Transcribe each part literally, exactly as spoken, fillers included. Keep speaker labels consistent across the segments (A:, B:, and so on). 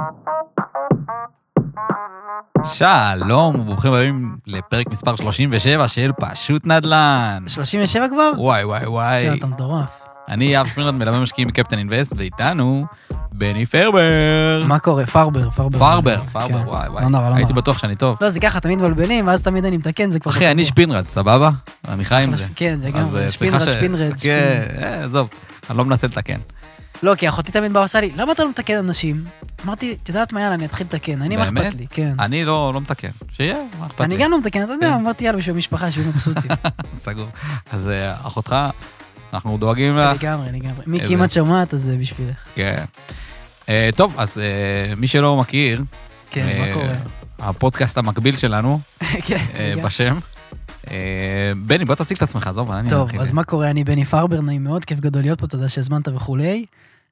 A: שלום וברוכים הבאים לפרק מספר שלושים ושבע של פשוט נדל"ן.
B: שלושים ושבע כבר?
A: וואי וואי וואי.
B: שאתה מטורף.
A: אני יאב שפינרד, מלווה משקיעים בקפטן אינבסט, ואיתנו בני פרבר.
B: מה קורה? פרבר, פרבר.
A: פרבר, פרבר, וואי וואי. הייתי בטוח שאני טוב.
B: לא, זה ככה, תמיד מבלבלים, ואז תמיד אני מתקן, זה כבר...
A: אחי, אני שפינרד, סבבה? אני חי עם זה.
B: כן, זה גם שפינרד, שפינרד.
A: כן, עזוב, אני לא מנסה לתקן.
B: לא, כי אחותי תמיד באה עושה לי, למה אתה לא מתקן אנשים? אמרתי, את יודעת מה, יאללה, אני אתחיל לתקן, אני מה אכפת לי, כן.
A: אני לא מתקן, שיהיה, מה אכפת לי.
B: אני גם לא מתקן, אתה יודע, אמרתי, יאללה, בשביל המשפחה, שיהיו מבסוטים.
A: סגור. אז אחותך, אנחנו דואגים לך.
B: לגמרי, לגמרי. מי כמעט שומעת, אז זה בשבילך.
A: כן. טוב, אז מי שלא מכיר,
B: כן, מה קורה?
A: הפודקאסט המקביל שלנו, בשם, בני, בוא תציג את עצמך, עזוב, אני
B: טוב, אז מה קורה? אני בני פרבר, נעים מאוד, כיף גדול להיות פה, תודה שהזמנת וכולי.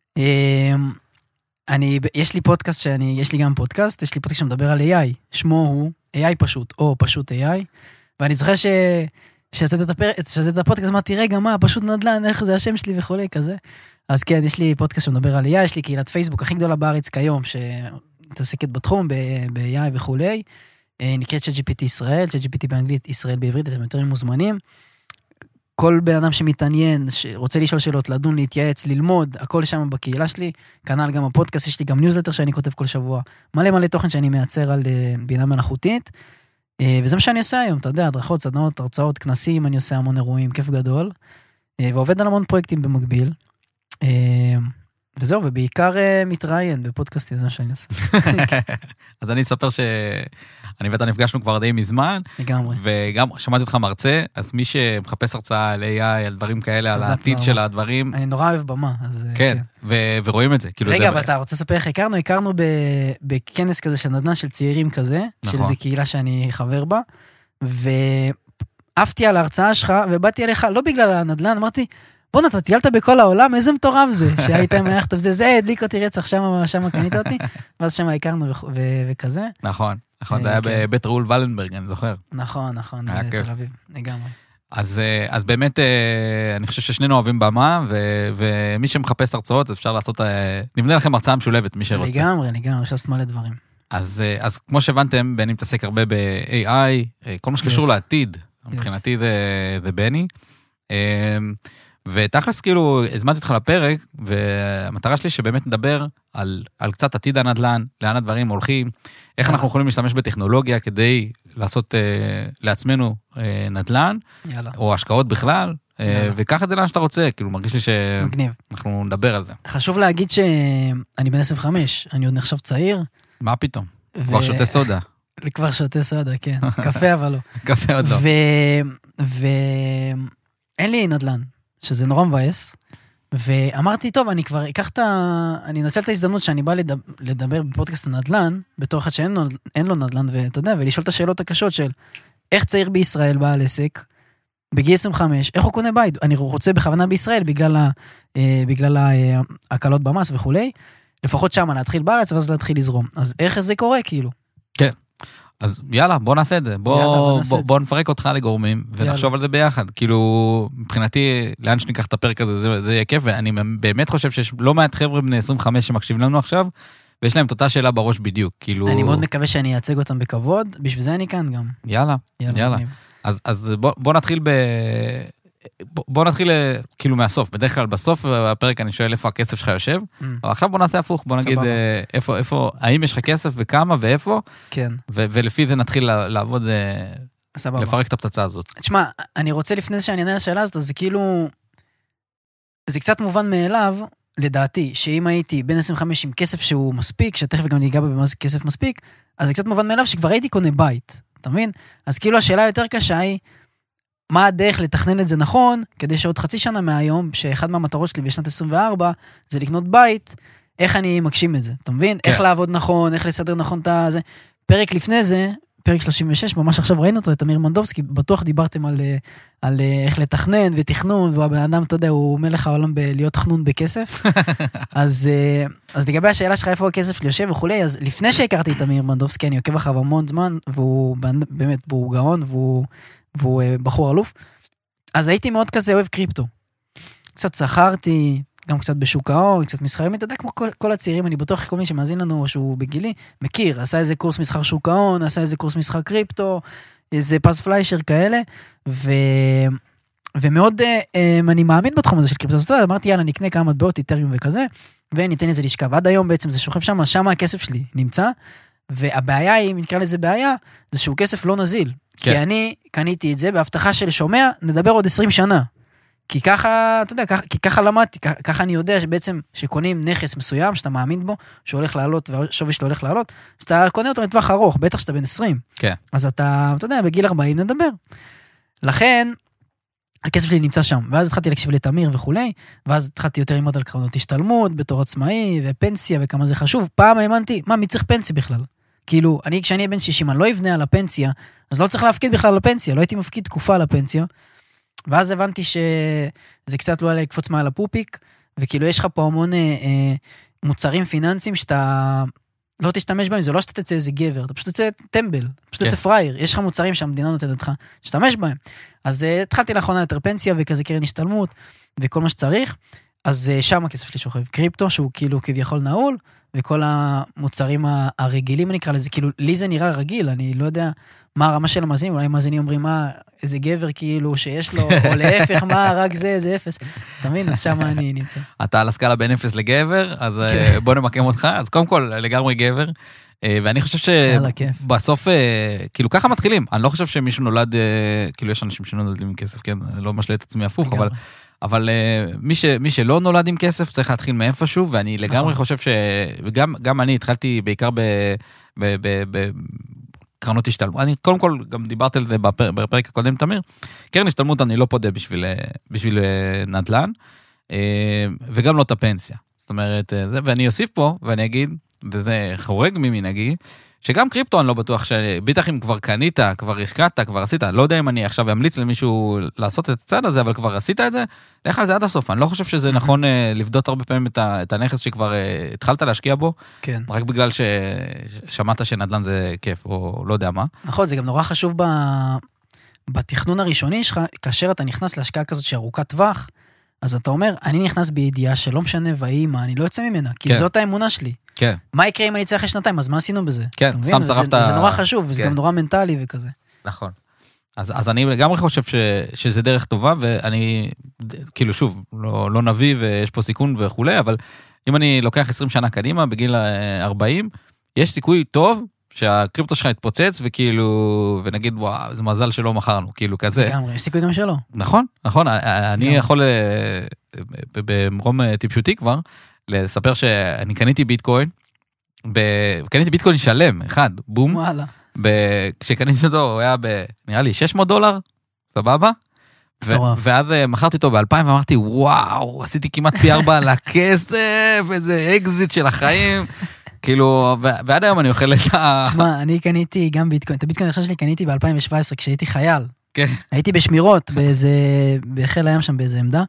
B: אני, יש לי פודקאסט שאני, יש לי גם פודקאסט, יש לי פודקאסט שמדבר על איי איי, שמו הוא איי איי פשוט, או פשוט איי איי, ואני זוכר ש... שעשיתי את הפודקאסט, אמרתי, רגע, מה, פשוט נדל"ן, איך זה השם שלי וכולי, כזה. אז כן, יש לי פודקאסט שמדבר על איי איי, יש לי קהילת פייסבוק הכי גדולה בארץ כיום, שמתעסקת בתחום, ב-איי איי וכולי, נקראת צ'אט ג'י פי טי ישראל, צ'אט ג'י פי טי באנגלית, ישראל בעברית, אתם יותר מוזמנים. כל בן אדם שמתעניין, שרוצה לשאול שאלות, לדון, להתייעץ, ללמוד, הכל שם בקהילה שלי, כנ"ל גם הפודקאסט, יש לי גם ניוזלטר שאני כותב כל שבוע, מלא מלא תוכן שאני מייצר על בינה מלאכותית, וזה מה שאני עושה היום, אתה יודע, הדרכות, סדנאות, הרצאות, כנסים, אני עושה המון אירועים, כיף גדול, ועובד על המון פרויקטים במקביל, וזהו, ובעיקר מתראיין בפודקאסטים, זה מה שאני עושה.
A: אז אני אספר שאני ואתה נפגשנו כבר די מזמן,
B: לגמרי.
A: וגם שמעתי אותך מרצה, אז מי שמחפש הרצאה על איי איי, על דברים כאלה, על העתיד של הדברים.
B: אני נורא אוהב במה, אז
A: כן, ורואים את זה.
B: רגע, אבל אתה רוצה לספר איך הכרנו? הכרנו בכנס כזה של נדל"ן של צעירים כזה, של איזו קהילה שאני חבר בה, ועפתי על ההרצאה שלך, ובאתי אליך, לא בגלל הנדל"ן, אמרתי, בוא נת, טיילת בכל העולם, איזה מטורף זה, שהיית מהיחת, וזה, זה הדליק אותי רצח, שם קנית אותי, ואז שם הכרנו וכזה.
A: נכון, נכון, זה היה בבית ראול ולנברג, אני זוכר.
B: נכון, נכון, בתל אביב, לגמרי.
A: אז באמת, אני חושב ששנינו אוהבים במה, ומי שמחפש הרצאות, אפשר לעשות, נבנה לכם הרצאה משולבת, מי שרוצה.
B: לגמרי, לגמרי, אפשר לעשות מלא דברים.
A: אז כמו שהבנתם, בני מתעסק הרבה ב-איי איי, כל מה שקשור לעתיד, מבחינתי זה בני. ותכלס כאילו, הזמנתי אותך לפרק, והמטרה שלי שבאמת נדבר על, על קצת עתיד הנדל"ן, לאן הדברים הולכים, איך אנחנו יכולים להשתמש בטכנולוגיה כדי לעשות אה, לעצמנו אה, נדל"ן,
B: יאללה.
A: או השקעות בכלל, אה, וכך את זה לאן שאתה רוצה, כאילו מרגיש לי שאנחנו נדבר על זה.
B: חשוב להגיד שאני בן עשרים וחמש, אני עוד נחשב צעיר.
A: מה פתאום? ו... כבר שותה סודה.
B: כבר שותה סודה, כן. קפה אבל לא.
A: קפה עוד לא.
B: ואין לי נדל"ן. שזה נורא מבאס, ואמרתי, טוב, אני כבר אקח את ה... אני אנצל את ההזדמנות שאני בא לדבר, לדבר בפודקאסט הנדל"ן, בתור אחד שאין לו, אין לו נדל"ן, ואתה יודע, ולשאול את השאלות הקשות של איך צעיר בישראל בעל עסק, בגיל עשרים וחמש, איך הוא קונה בית? אני רוצה בכוונה בישראל, בגלל, ה, בגלל ההקלות במס וכולי, לפחות שם להתחיל בארץ, ואז להתחיל לזרום. אז איך זה קורה, כאילו?
A: כן. אז יאללה, בוא נעשה את זה, בוא, בוא, בוא, בוא נפרק אותך לגורמים, ונחשוב יאללה. על זה ביחד, כאילו, מבחינתי, לאן שניקח את הפרק הזה, זה, זה יהיה כיף, ואני באמת חושב שיש לא מעט חבר'ה בני עשרים וחמש שמקשיבים לנו עכשיו, ויש להם את אותה שאלה בראש בדיוק, כאילו... אני
B: מאוד מקווה שאני אייצג אותם בכבוד, בשביל זה אני כאן גם.
A: יאללה, יאללה. יאללה. אז, אז בוא, בוא נתחיל ב... בוא נתחיל כאילו מהסוף, בדרך כלל בסוף הפרק אני שואל איפה הכסף שלך יושב, אבל עכשיו בוא נעשה הפוך, בוא נגיד איפה, איפה, האם יש לך כסף וכמה ואיפה,
B: כן.
A: ולפי זה נתחיל לעבוד, לפרק את הפצצה הזאת.
B: תשמע, אני רוצה לפני שאני אענה לשאלה הזאת, זה כאילו, זה קצת מובן מאליו, לדעתי, שאם הייתי בין עשרים וחמש עם כסף שהוא מספיק, שתכף גם ניגע במה זה כסף מספיק, אז זה קצת מובן מאליו שכבר הייתי קונה בית, אתה מבין? אז כאילו השאלה היותר קשה היא, מה הדרך לתכנן את זה נכון, כדי שעוד חצי שנה מהיום, שאחד מהמטרות שלי בשנת עשרים וארבע, זה לקנות בית, איך אני מגשים את זה, אתה מבין? כן. איך לעבוד נכון, איך לסדר נכון את זה. פרק לפני זה, פרק שלושים ושש, ממש עכשיו ראינו אותו, את אמיר מנדובסקי, בטוח דיברתם על, על איך לתכנן ותכנון, והבן אדם, אתה יודע, הוא מלך העולם בלהיות תכנון בכסף. אז, אז לגבי השאלה שלך איפה הכסף שלי יושב וכולי, אז לפני שהכרתי את אמיר מנדובסקי, אני עוקב אחריו המון זמן, והוא באמת, והוא גאון, והוא, והוא בחור אלוף. אז הייתי מאוד כזה אוהב קריפטו. קצת שכרתי, גם קצת בשוק ההון, קצת מסחרים, אתה יודע, כמו כל, כל הצעירים, אני בטוח כל מי שמאזין לנו, שהוא בגילי, מכיר, עשה איזה קורס מסחר שוק ההון, עשה איזה קורס מסחר קריפטו, איזה פס פליישר כאלה, ו... ומאוד אני מאמין בתחום הזה של קריפטו, אז אמרתי, יאללה, נקנה כמה מטבעות, איתריום וכזה, וניתן איזה לשכה, ועד היום בעצם זה שוכב שם, שם הכסף שלי נמצא, והבעיה היא, אם נקרא לזה בעיה, זה שהוא כסף לא נזיל, כי אני קניתי את זה בהבטחה של שומע, נדבר עוד עשרים שנה, כי ככה, אתה יודע, כי ככה למדתי, ככה אני יודע שבעצם שקונים נכס מסוים, שאתה מאמין בו, שהוא הולך לעלות, והשווי שלו הולך לעלות, אז אתה קונה אותו לטווח ארוך, בטח שאתה בן עשרים, אז אתה, אתה יודע, בגיל ארבעים נדבר. לכן, הכסף שלי נמצא שם, ואז התחלתי להקשיב לתמיר וכולי, ואז התחלתי יותר ללמוד על קרנות השתלמות, בתור עצמאי, ופנסיה, וכמה זה חשוב. פעם האמנתי, מה, מי צריך פנסיה בכלל? כאילו, אני, כשאני בן שישים, אני לא אבנה על הפנסיה, אז לא צריך להפקיד בכלל על הפנסיה, לא הייתי מפקיד תקופה על הפנסיה, ואז הבנתי שזה קצת לא היה לקפוץ מעל הפופיק, וכאילו יש לך פה המון אה, אה, מוצרים פיננסיים שאתה לא תשתמש בהם, זה לא שאתה תצא איזה גבר, אתה פשוט תצא טמבל, פשוט תצא פרייר, יש לך מוצרים שהמדינה נותנת לך, תשתמש בהם. אז uh, התחלתי לאחרונה יותר פנסיה וכזה קרן השתלמות וכל מה שצריך, אז uh, שם הכסף שלי שוכב. קריפטו שהוא כאילו כביכול נעול, וכל המוצרים הרגילים אני אקרא לזה, כאילו לי זה נראה רגיל, אני לא יודע מה הרמה של המאזינים, אולי מאזינים אומרים מה, איזה גבר כאילו שיש לו, או להפך מה, רק זה, זה אפס. אתה מבין? אז שם אני נמצא.
A: אתה על הסקאלה בין אפס לגבר, אז בוא נמקם אותך, אז קודם כל לגמרי גבר, ואני חושב שבסוף, כאילו ככה מתחילים, אני לא חושב שמישהו נולד, כאילו יש אנשים שנולדים עם כסף, כן, לא משלה את עצמי הפוך, אבל, אבל מי, ש, מי שלא נולד עם כסף צריך להתחיל מאיפשהו, ואני לגמרי חושב ש, וגם, גם אני התחלתי בעיקר ב, ב, ב, ב קרנות השתלמות, אני קודם כל גם דיברתי על זה בפר, בפרק הקודם תמיר, קרן השתלמות אני לא פודה בשביל, בשביל נדל"ן, וגם לא את הפנסיה, זאת אומרת, זה, ואני אוסיף פה, ואני אגיד, וזה חורג ממנהגי, שגם קריפטו אני לא בטוח, שבטח אם כבר קנית, כבר השקעת, כבר עשית, לא יודע אם אני עכשיו אמליץ למישהו לעשות את הצד הזה, אבל כבר עשית את זה, לך על זה עד הסוף, אני לא חושב שזה נכון לבדות הרבה פעמים את הנכס שכבר התחלת להשקיע בו, רק בגלל ששמעת שנדל"ן זה כיף, או לא יודע מה.
B: נכון, זה גם נורא חשוב בתכנון הראשוני שלך, כאשר אתה נכנס להשקעה כזאת שארוכת טווח, אז אתה אומר, אני נכנס בידיעה שלא משנה ואימא, אני לא יוצא ממנה, כי כן. זאת האמונה שלי.
A: כן.
B: מה יקרה אם אני צריך שנתיים, אז מה עשינו בזה?
A: כן, שם שרפת...
B: זה, זה נורא חשוב, וזה כן. גם נורא מנטלי וכזה.
A: נכון. אז, אז אני לגמרי חושב ש, שזה דרך טובה, ואני, כאילו שוב, לא, לא נביא ויש פה סיכון וכולי, אבל אם אני לוקח עשרים שנה קדימה, בגיל ארבעים, יש סיכוי טוב, שהקריפטו שלך יתפוצץ, וכאילו, ונגיד, וואו, זה מזל שלא מכרנו, כאילו כזה.
B: לגמרי, יש סיכוי גם שלא.
A: נכון, נכון, אני יכול, במרום טיפשותי כבר, לספר שאני קניתי ביטקוין, קניתי ביטקוין שלם, אחד, בום.
B: וואלה.
A: כשקניתי אותו, הוא היה ב, נראה לי, שש מאות דולר, סבבה? ואז מכרתי אותו ב-אלפיים, ואמרתי, וואו, עשיתי כמעט פי ארבע על הכסף, איזה אקזיט של החיים. כאילו, ועד היום אני אוכל את ה...
B: תשמע, אני קניתי גם ביטקוין, את הביטקוין הראשון שלי קניתי ב-אלפיים שבע עשרה, כשהייתי חייל.
A: כן.
B: הייתי בשמירות, באיזה, בחיל הים שם באיזה עמדה,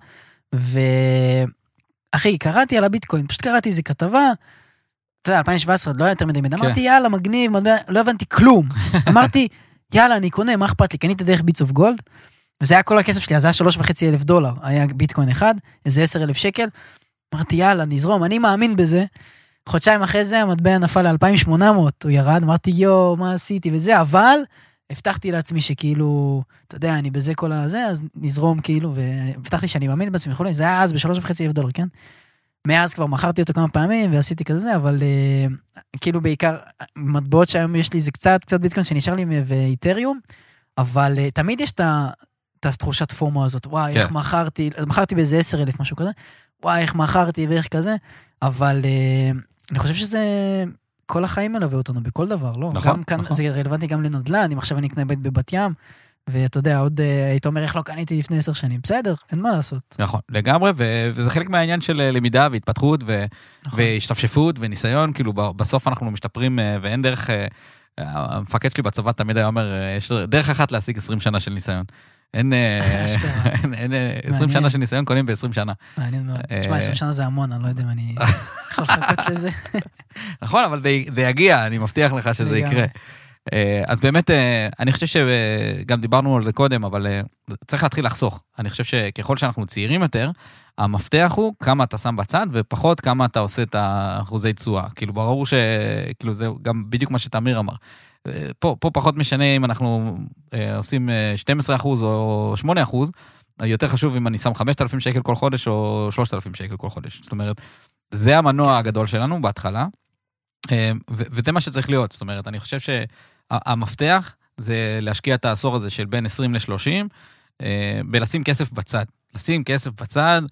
B: ואחי, קראתי על הביטקוין, פשוט קראתי איזה כתבה, אתה יודע, אלפיים שבע עשרה, לא היה יותר מדי מידע, אמרתי, יאללה, מגניב, לא הבנתי כלום. אמרתי, יאללה, אני קונה, מה אכפת לי? קניתי דרך ביטס אוף גולד, וזה היה כל הכסף שלי, אז זה היה שלוש וחצי אלף דולר, היה ביטקוין אחד, איזה עשר אלף שקל, אמרתי, יאללה, נזרום, אני מאמין בזה, חודשיים אחרי זה, המטבע נפל ל-אלפיים ושמונה מאות, הוא ירד, אמרתי, יו, מה עשיתי וזה, אבל הבטחתי לעצמי שכאילו, אתה יודע, אני בזה כל הזה, אז נזרום כאילו, והבטחתי שאני מאמין בעצמי, זה היה אז בשלוש וחצי אלף דולר, כן? מאז כבר מכרתי אותו כמה פעמים, ועשיתי כזה, אבל כאילו בעיקר, מטבעות שהיום יש לי, זה קצת, קצת ביטקוין שנשאר לי ואיתריום, אבל תמיד יש את התחושת פומו הזאת, וואי, איך מכרתי, מכרתי באיזה עשר אלף, משהו כזה, וואי, איך מכרתי ואיך כזה, אבל אני חושב שזה כל החיים מלווה אותנו בכל דבר, לא?
A: נכון,
B: גם כאן,
A: נכון.
B: זה רלוונטי גם לנדל"ן, אם עכשיו אני אקנה בית בבת ים, ואתה יודע, עוד היית אומר איך לא קניתי לפני עשר שנים, בסדר, אין מה לעשות.
A: נכון, לגמרי, וזה חלק מהעניין של למידה והתפתחות, והשתפשפות וניסיון, כאילו בסוף אנחנו משתפרים, ואין דרך, המפקד שלי בצבא תמיד היה אומר, יש דרך אחת להשיג עשרים שנה של ניסיון. אין עשרים שנה של ניסיון, קונים ב-עשרים שנה.
B: מעניין מאוד. תשמע, עשרים שנה זה המון, אני לא יודע אם אני יכול לחכות לזה.
A: נכון, אבל זה יגיע, אני מבטיח לך שזה יקרה. אז באמת, אני חושב שגם דיברנו על זה קודם, אבל צריך להתחיל לחסוך. אני חושב שככל שאנחנו צעירים יותר, המפתח הוא כמה אתה שם בצד, ופחות כמה אתה עושה את האחוזי תשואה. כאילו, ברור שכאילו, זה גם בדיוק מה שתמיר אמר. פה, פה פחות משנה אם אנחנו עושים שנים עשר אחוז או שמונה אחוז, יותר חשוב אם אני שם חמשת אלפים שקל כל חודש או שלושת אלפים שקל כל חודש. זאת אומרת, זה המנוע הגדול שלנו בהתחלה, וזה מה שצריך להיות. זאת אומרת, אני חושב שהמפתח זה להשקיע את העשור הזה של בין עשרים ל-שלושים, בלשים כסף בצד. לשים כסף בצד,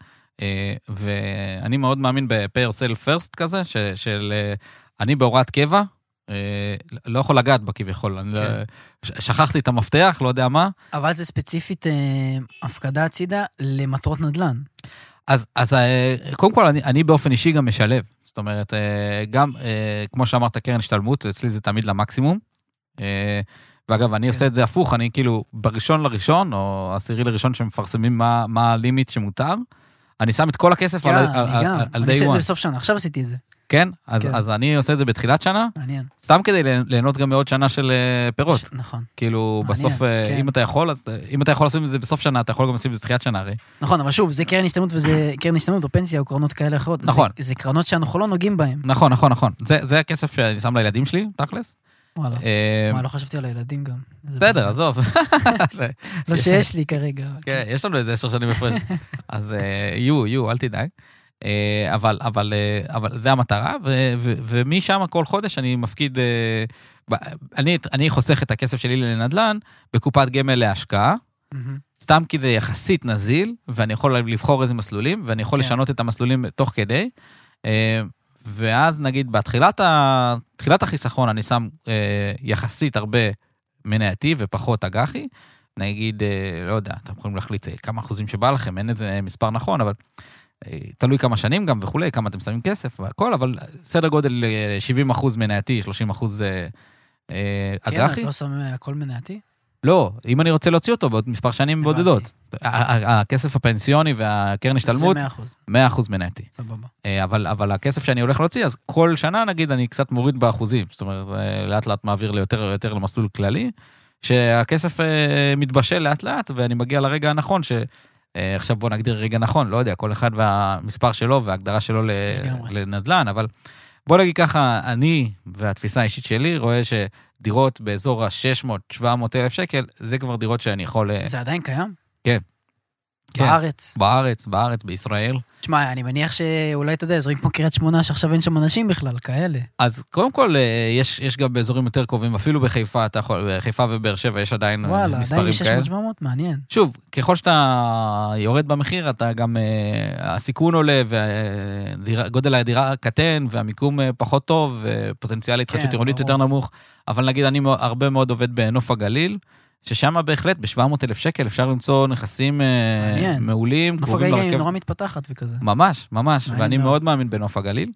A: ואני מאוד מאמין ב-pay yourself first כזה, של אני בהוראת קבע, לא יכול לגעת בה כביכול, אני שכחתי את המפתח, לא יודע מה.
B: אבל זה ספציפית הפקדה הצידה למטרות נדל"ן.
A: אז, אז קודם כל, אני, אני באופן אישי גם משלב. זאת אומרת, גם, כמו שאמרת, קרן השתלמות, אצלי זה תמיד למקסימום. ואגב, אני עושה את זה הפוך, אני כאילו, בראשון לראשון, או עשירי לראשון שמפרסמים מה, מה הלימיט שמותר, אני שם את כל הכסף על, על, על, על day one.
B: אני עושה את זה בסוף שנה, עכשיו עשיתי את זה.
A: כן? אז, כן. אז אני עושה את זה בתחילת שנה.
B: מעניין.
A: סתם כדי ליהנות גם מעוד שנה של פירות. ש...
B: נכון.
A: כאילו,
B: מעניין,
A: בסוף,
B: כן.
A: אם אתה יכול, אז, אם אתה יכול לשים את זה בסוף שנה, אתה יכול גם לשים את זה בתחילת שנה, הרי.
B: נכון, אבל שוב, זה קרן השתלמות וזה קרן השתלמות או פנסיה או קרנות כאלה אחרות.
A: נכון.
B: זה, זה קרנות שאנחנו לא נוגעים בהן.
A: נכון, נכון, נכון. זה, זה הכסף שאני שם לילדים שלי, תכלס.
B: וואלה. מה, לא חשבתי על הילדים גם.
A: בסדר, עזוב.
B: לא שיש לי כרגע.
A: כן, יש לנו איזה עשר שנים הפרש. אז יהיו, יהיו, אל תדאג. אבל, אבל, אבל זה המטרה, ומשם כל חודש אני מפקיד, אני, אני חוסך את הכסף שלי לנדל"ן בקופת גמל להשקעה, סתם כי זה יחסית נזיל, ואני יכול לבחור איזה מסלולים, ואני יכול לשנות את המסלולים תוך כדי, ואז נגיד בתחילת ה... תחילת החיסכון אני שם יחסית הרבה מנייתי ופחות אג"חי, נגיד, לא יודע, אתם יכולים להחליט כמה אחוזים שבא לכם, אין איזה מספר נכון, אבל תלוי כמה שנים גם וכולי, כמה אתם שמים כסף והכל, אבל סדר גודל שבעים אחוז מנייתי, שלושים אחוז אג"חי.
B: כן, אתה עושה הכל מנייתי?
A: לא, אם אני רוצה להוציא אותו בעוד מספר שנים בודדות. הכסף הפנסיוני והקרן השתלמות,
B: זה מאה אחוז.
A: מאה אחוז מנייתי.
B: סבבה.
A: אבל, אבל הכסף שאני הולך להוציא, אז כל שנה נגיד אני קצת מוריד באחוזים, זאת אומרת, לאט לאט מעביר לי יותר יותר למסלול כללי, שהכסף מתבשל לאט לאט, ואני מגיע לרגע הנכון, שעכשיו בוא נגדיר רגע נכון, לא יודע, כל אחד והמספר שלו וההגדרה שלו לנדל"ן, אבל בוא נגיד ככה, אני והתפיסה האישית שלי רואה שדירות באזור ה-שש מאות שבע מאות אלף שקל, זה כבר דירות שאני יכול...
B: זה עדיין קיים?
A: כן.
B: בארץ?
A: בארץ, בארץ, בישראל.
B: תשמע, אני מניח שאולי, אתה יודע, אזורים כמו קריית שמונה, שעכשיו אין שם אנשים בכלל, כאלה.
A: אז קודם כל, יש, יש גם באזורים יותר קרובים, אפילו בחיפה, אתה יכול, בחיפה ובאר שבע יש עדיין
B: וואלה,
A: מספרים
B: עדיין
A: כאלה.
B: שש מאות שבע מאות, מעניין.
A: שוב, ככל שאתה יורד במחיר, אתה גם, הסיכון עולה, וגודל הדירה קטן, והמיקום פחות טוב, ופוטנציאל התחדשות עירונית יותר נמוך, אבל נגיד, אני הרבה מאוד עובד בנוף הגליל, ששם בהחלט ב-שבע מאות אלף שקל אפשר למצוא נכסים מעולים,
B: קרובים לרכב. נוף הגליל נורא מתפתחת וכזה.
A: ממש, ממש, ואני מאוד מאמין בנוף הגליל.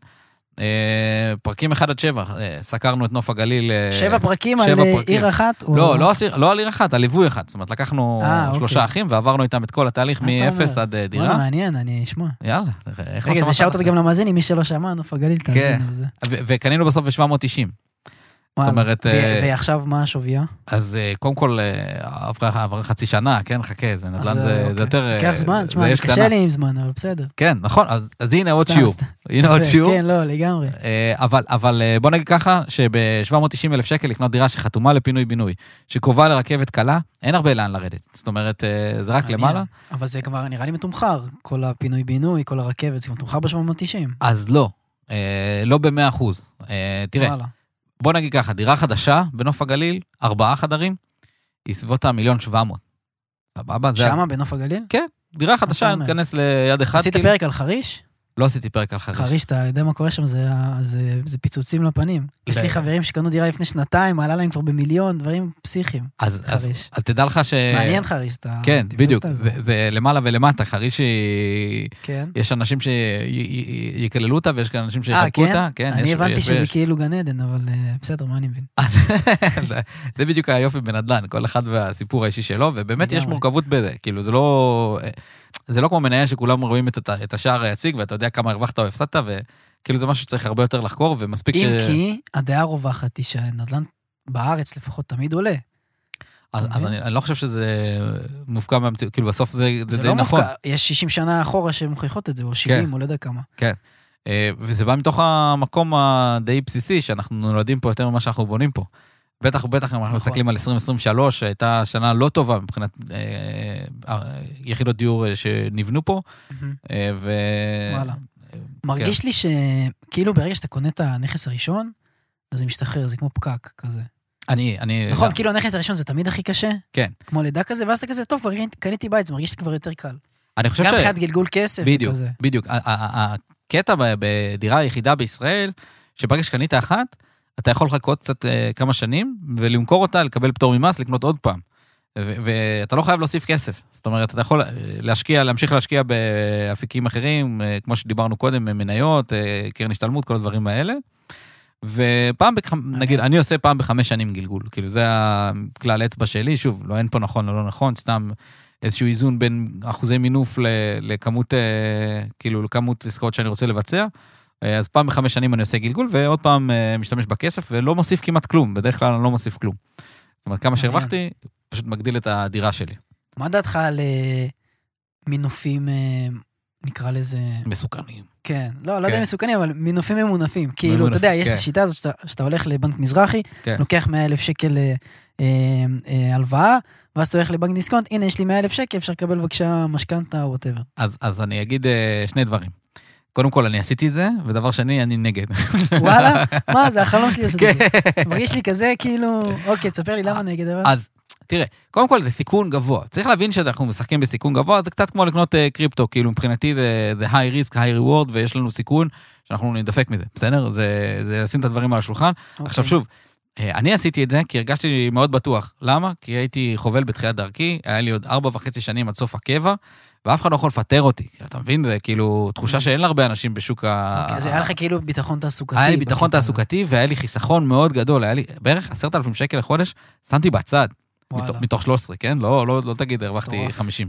A: פרקים אחד עד שבע, סקרנו את נוף הגליל.
B: שבע פרקים על עיר אחת?
A: לא, לא על עיר אחת, על ליווי אחד. זאת אומרת, לקחנו שלושה אחים ועברנו איתם את כל התהליך מ-אפס עד דירה.
B: וואלה, מעניין, אני אשמע.
A: יאללה.
B: רגע, זה שאוטות גם למאזינים, מי שלא שמע, נוף הגליל תאזינו וזה.
A: וקנינו בסוף ב-שבע מאות תשעים. זאת אומרת...
B: ועכשיו מה השוויה?
A: אז קודם כל, עברה חצי שנה, כן, חכה, זה נדל"ן, זה יותר...
B: קח זמן, תשמע, קשה לי עם זמן, אבל בסדר.
A: כן, נכון, אז הנה עוד שיעור. הנה עוד שיעור.
B: כן, לא, לגמרי.
A: אבל בוא נגיד ככה, שב-שבע מאות תשעים אלף שקל לקנות דירה שחתומה לפינוי-בינוי, שקרובה לרכבת קלה, אין הרבה לאן לרדת. זאת אומרת, זה רק למעלה.
B: אבל זה כבר נראה לי מתומחר, כל הפינוי-בינוי, כל הרכבת, זה מתומחר ב-שבע מאות תשעים.
A: אז לא, לא ב-מאה אחוז. תראה. בוא נגיד ככה, דירה חדשה בנוף הגליל, ארבעה חדרים, היא סביבות המיליון שבע מאות. סבבה?
B: שמה בנוף הגליל?
A: כן, דירה חדשה, נתכנס ליד אחד.
B: עשית פרק על חריש?
A: לא עשיתי פרק על חריש.
B: חריש, אתה יודע מה קורה שם, זה פיצוצים לפנים. יש לי חברים שקנו דירה לפני שנתיים, עלה להם כבר במיליון, דברים פסיכיים.
A: אז תדע לך ש...
B: מעניין חריש, אתה...
A: כן, בדיוק, זה למעלה ולמטה, חריש היא... יש אנשים שיקללו אותה, ויש אנשים שיחלקו אותה.
B: אני הבנתי שזה כאילו גן עדן, אבל בסדר, מה אני מבין?
A: זה בדיוק היופי בנדל"ן, כל אחד והסיפור האישי שלו, ובאמת יש מורכבות בזה, כאילו זה לא... זה לא כמו מניה שכולם רואים את, את השער היציג, ואתה יודע כמה הרווחת או הפסדת, וכאילו זה משהו שצריך הרבה יותר לחקור, ומספיק
B: אם
A: ש...
B: כי הדעה רווחת היא שהנדל"ן בארץ לפחות תמיד עולה.
A: אז, אז אני, אני לא חושב שזה מופקע מהמציאות, כאילו בסוף זה, זה,
B: זה
A: די
B: לא
A: נכון.
B: מופקע, יש שישים שנה אחורה שמוכיחות את זה, או שבעים, כן. או לא יודע כמה.
A: כן, וזה בא מתוך המקום הדי בסיסי, שאנחנו נולדים פה יותר ממה שאנחנו בונים פה. בטח ובטח אם אנחנו נכון. מסתכלים על עשרים עשרים ושלוש, שהייתה שנה לא טובה מבחינת אה, יחידות דיור שנבנו פה. Mm-hmm. אה, ו...
B: וואלה. מרגיש כן. לי שכאילו ברגע שאתה קונה את הנכס הראשון, אז זה משתחרר, זה כמו פקק כזה.
A: אני, אני...
B: נכון, כאילו הנכס הראשון זה תמיד הכי קשה.
A: כן.
B: כמו לידה כזה, ואז אתה כזה, טוב, קניתי בית, זה מרגיש לי כבר יותר קל.
A: אני חושב ש...
B: גם מבחינת גלגול כסף
A: בדיוק,
B: וכזה.
A: בדיוק. הקטע בדירה היחידה בישראל, שברגע שקנית אחת, אתה יכול לחכות קצת כמה שנים, ולמכור אותה, לקבל פטור ממס, לקנות עוד פעם. ואתה לא חייב להוסיף כסף. זאת אומרת, אתה יכול להשקיע, להמשיך להשקיע באפיקים אחרים, כמו שדיברנו קודם, מניות, קרן השתלמות, כל הדברים האלה. ופעם, נגיד, אני עושה פעם בחמש שנים גלגול, כאילו זה הכלל אצבע שלי, שוב, לא אין פה נכון או לא נכון, סתם איזשהו איזון בין אחוזי מינוף לכמות, כאילו, לכמות עסקאות שאני רוצה לבצע, אז פעם בחמש שנים אני עושה גלגול, ועוד פעם משתמש בכסף, ולא מוסיף כמעט כלום, בדרך כלל אני לא מוסיף כלום. זאת אומרת, כמה שהרווחתי, פשוט מגדיל את הדירה שלי.
B: מה דעתך על מינופים, נקרא לזה...
A: מסוכנים.
B: כן, לא, לא יודע מסוכנים, אבל מינופים ממונפים. כאילו, אתה יודע, יש את השיטה הזאת שאתה הולך לבנק מזרחי, לוקח מאה אלף שקל הלוואה, ואז אתה הולך לבנק דיסקונט, הנה, יש לי מאה אלף שקל, אפשר לקבל בבקשה משכנתה או whatever.
A: אז אני אגיד שני דברים. קודם כל, אני עשיתי את זה, ודבר שני, אני נגד.
B: וואלה? מה, זה החלום שלי לעשות את זה. מרגיש לי כזה, כאילו, אוקיי, תספר לי למה נגד, אבל...
A: אז, תראה, קודם כל, זה סיכון גבוה. צריך להבין שאנחנו משחקים בסיכון גבוה, זה קצת כמו לקנות קריפטו, כאילו, מבחינתי זה high risk, high reward, ויש לנו סיכון שאנחנו נדפק מזה, בסדר? זה לשים את הדברים על השולחן. עכשיו, שוב, אני עשיתי את זה, כי הרגשתי מאוד בטוח. למה? כי הייתי חובל בתחילת דרכי, היה לי עוד ארבע וחצי שנים עד סוף הקבע, ואף אחד לא יכול לפטר אותי. אתה מבין? זה כאילו תחושה שאין לה הרבה אנשים בשוק ה...
B: אוקיי, אז היה לך כאילו ביטחון תעסוקתי.
A: היה לי ביטחון תעסוקתי, והיה לי חיסכון מאוד גדול. היה לי בערך עשרת אלפים שקל לחודש, שמתי בצד. מתוך שלוש עשרה, כן? לא, לא, לא תגיד, הרווחתי חמישים.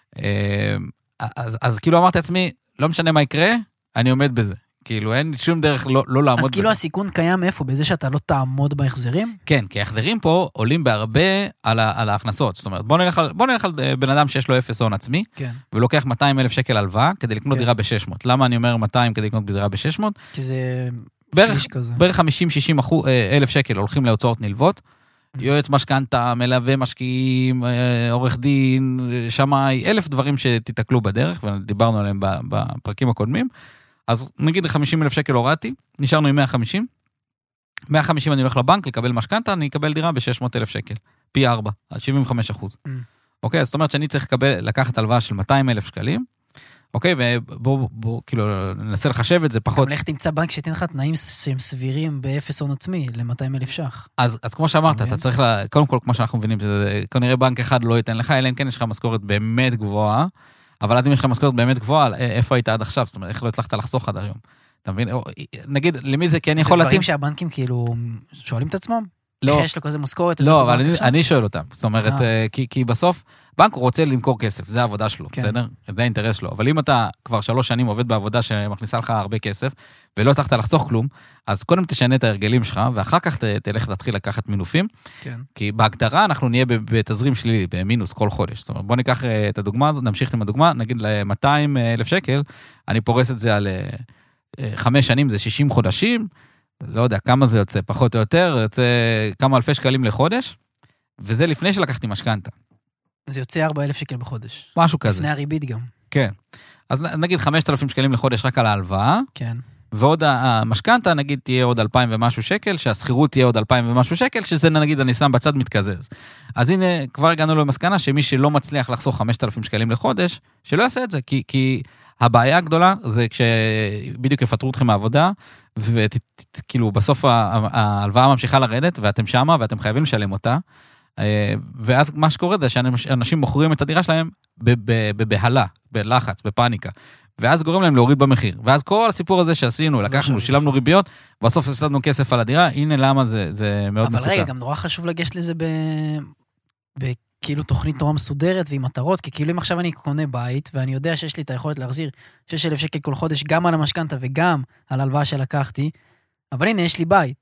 A: אז, אז כאילו אמרתי לעצמי, לא משנה מה יקרה, אני עומד בזה. כאילו, אין שום דרך לא, לא לעמוד בזה.
B: אז כאילו הסיכון קיים איפה? בזה שאתה לא תעמוד בהחזרים?
A: כן, כי ההחזרים פה עולים בהרבה על, ה, על ההכנסות. זאת אומרת, בוא נלך על, בוא נלך על בן אדם שיש לו אפס הון עצמי,
B: כן.
A: ולוקח מאתיים אלף שקל הלוואה כדי לקנות כן. דירה ב-שש מאות. למה אני אומר מאתיים כדי לקנות דירה ב-שש מאות?
B: כי זה
A: בערך, בערך חמישים שישים אלף שקל הולכים להוצאות נלוות, יועץ משכנתה, מלווה משקיעים, עורך דין, שמאי, אלף דברים שתתקלו בדרך, ודיברנו עליהם בפרקים הקודמים. אז נגיד חמישים אלף שקל הורדתי, נשארנו עם מאה וחמישים. מאה וחמישים אני הולך לבנק לקבל משכנתה, אני אקבל דירה ב-שש מאות אלף שקל. פי ארבע, עד שבעים וחמישה אחוז. אוקיי, אז זאת אומרת שאני צריך לקחת הלוואה של מאתיים אלף שקלים, אוקיי, ובואו, בואו, כאילו, ננסה לחשב את זה פחות.
B: גם לך תמצא בנק שתן לך תנאים שהם סבירים באפס הון עצמי, ל-מאתיים אלף שח.
A: אז, אז כמו שאמרת, אתה צריך, לה, קודם כל, כמו שאנחנו מבינים, שזה, כנראה בנק אחד לא ייתן לך, אלא אם כן יש לך משכורת באמת גבוהה, אבל עד אם יש לך משכורת באמת גבוהה, איפה היית עד עכשיו? זאת אומרת, איך לא הצלחת לחסוך עד היום? אתה מבין? נגיד, למי זה כן יכול להתאים?
B: זה דברים שהבנקים כאילו שואלים את עצמם?
A: לא.
B: איך יש לו כזה משכורת?
A: לא, אבל אני, אני שואל אותם. זאת אומרת, כי, כי בסוף, בנק רוצה למכור כסף, זה העבודה שלו, כן. בסדר? זה האינטרס שלו. אבל אם אתה כבר שלוש שנים עובד בעבודה שמכניסה לך הרבה כסף, ולא הצלחת לחסוך כלום, אז קודם תשנה את ההרגלים שלך, ואחר כך ת, תלך להתחיל לקחת מינופים. כן. כי בהגדרה אנחנו נהיה בתזרים שלילי, במינוס כל חודש. זאת אומרת, בוא ניקח את הדוגמה הזאת, נמשיך עם הדוגמה, נגיד ל-מאתיים אלף שקל, אני פורס את זה על חמש שנים, זה שישים חודשים, לא יודע כמה זה יוצא, פחות או יותר, יוצא כמה אלפי שקלים לחודש, וזה לפני שלקחתי משכנתה.
B: זה יוצא ארבעה אלף שקל בחודש.
A: משהו כזה.
B: לפני הריבית גם.
A: כן. אז נגיד חמשת אלפים שקלים לחודש רק על ההלוואה.
B: כן.
A: ועוד המשכנתה, נגיד, תהיה עוד אלפיים ומשהו שקל, שהסחירות תהיה עוד אלפיים ומשהו שקל, שזה נגיד אני שם בצד מתקזז. אז הנה, כבר הגענו למסקנה שמי שלא מצליח לחסוך חמשת אלפים שקלים לחודש, שלא יעשה את זה, כי, כי הבעיה הגדולה זה כשבדיוק יפטרו אתכם מהעבודה, וכאילו בסוף ההלוואה ממשיכה לרדת, ואתם שמה, ואתם חייבים לשלם אותה, ואז מה שקורה זה שאנשים מוכרים את הדירה שלהם בבהלה, בלחץ, בפאניקה, ואז גורם להם להוריד במחיר. ואז כל הסיפור הזה שעשינו, לקחנו, שילמנו ריביות, בסוף הפסדנו כסף על הדירה, הנה למה זה, זה מאוד מסוכן.
B: אבל רגע, גם נורא חשוב לגשת לזה ב... בכאילו תוכנית נורא מסודרת ועם מטרות, כי כאילו אם עכשיו אני קונה בית, ואני יודע שיש לי את היכולת להחזיר שישה אלף שקל כל חודש, גם על המשכנתה וגם על הלוואה שלקחתי, אבל הנה יש לי בית,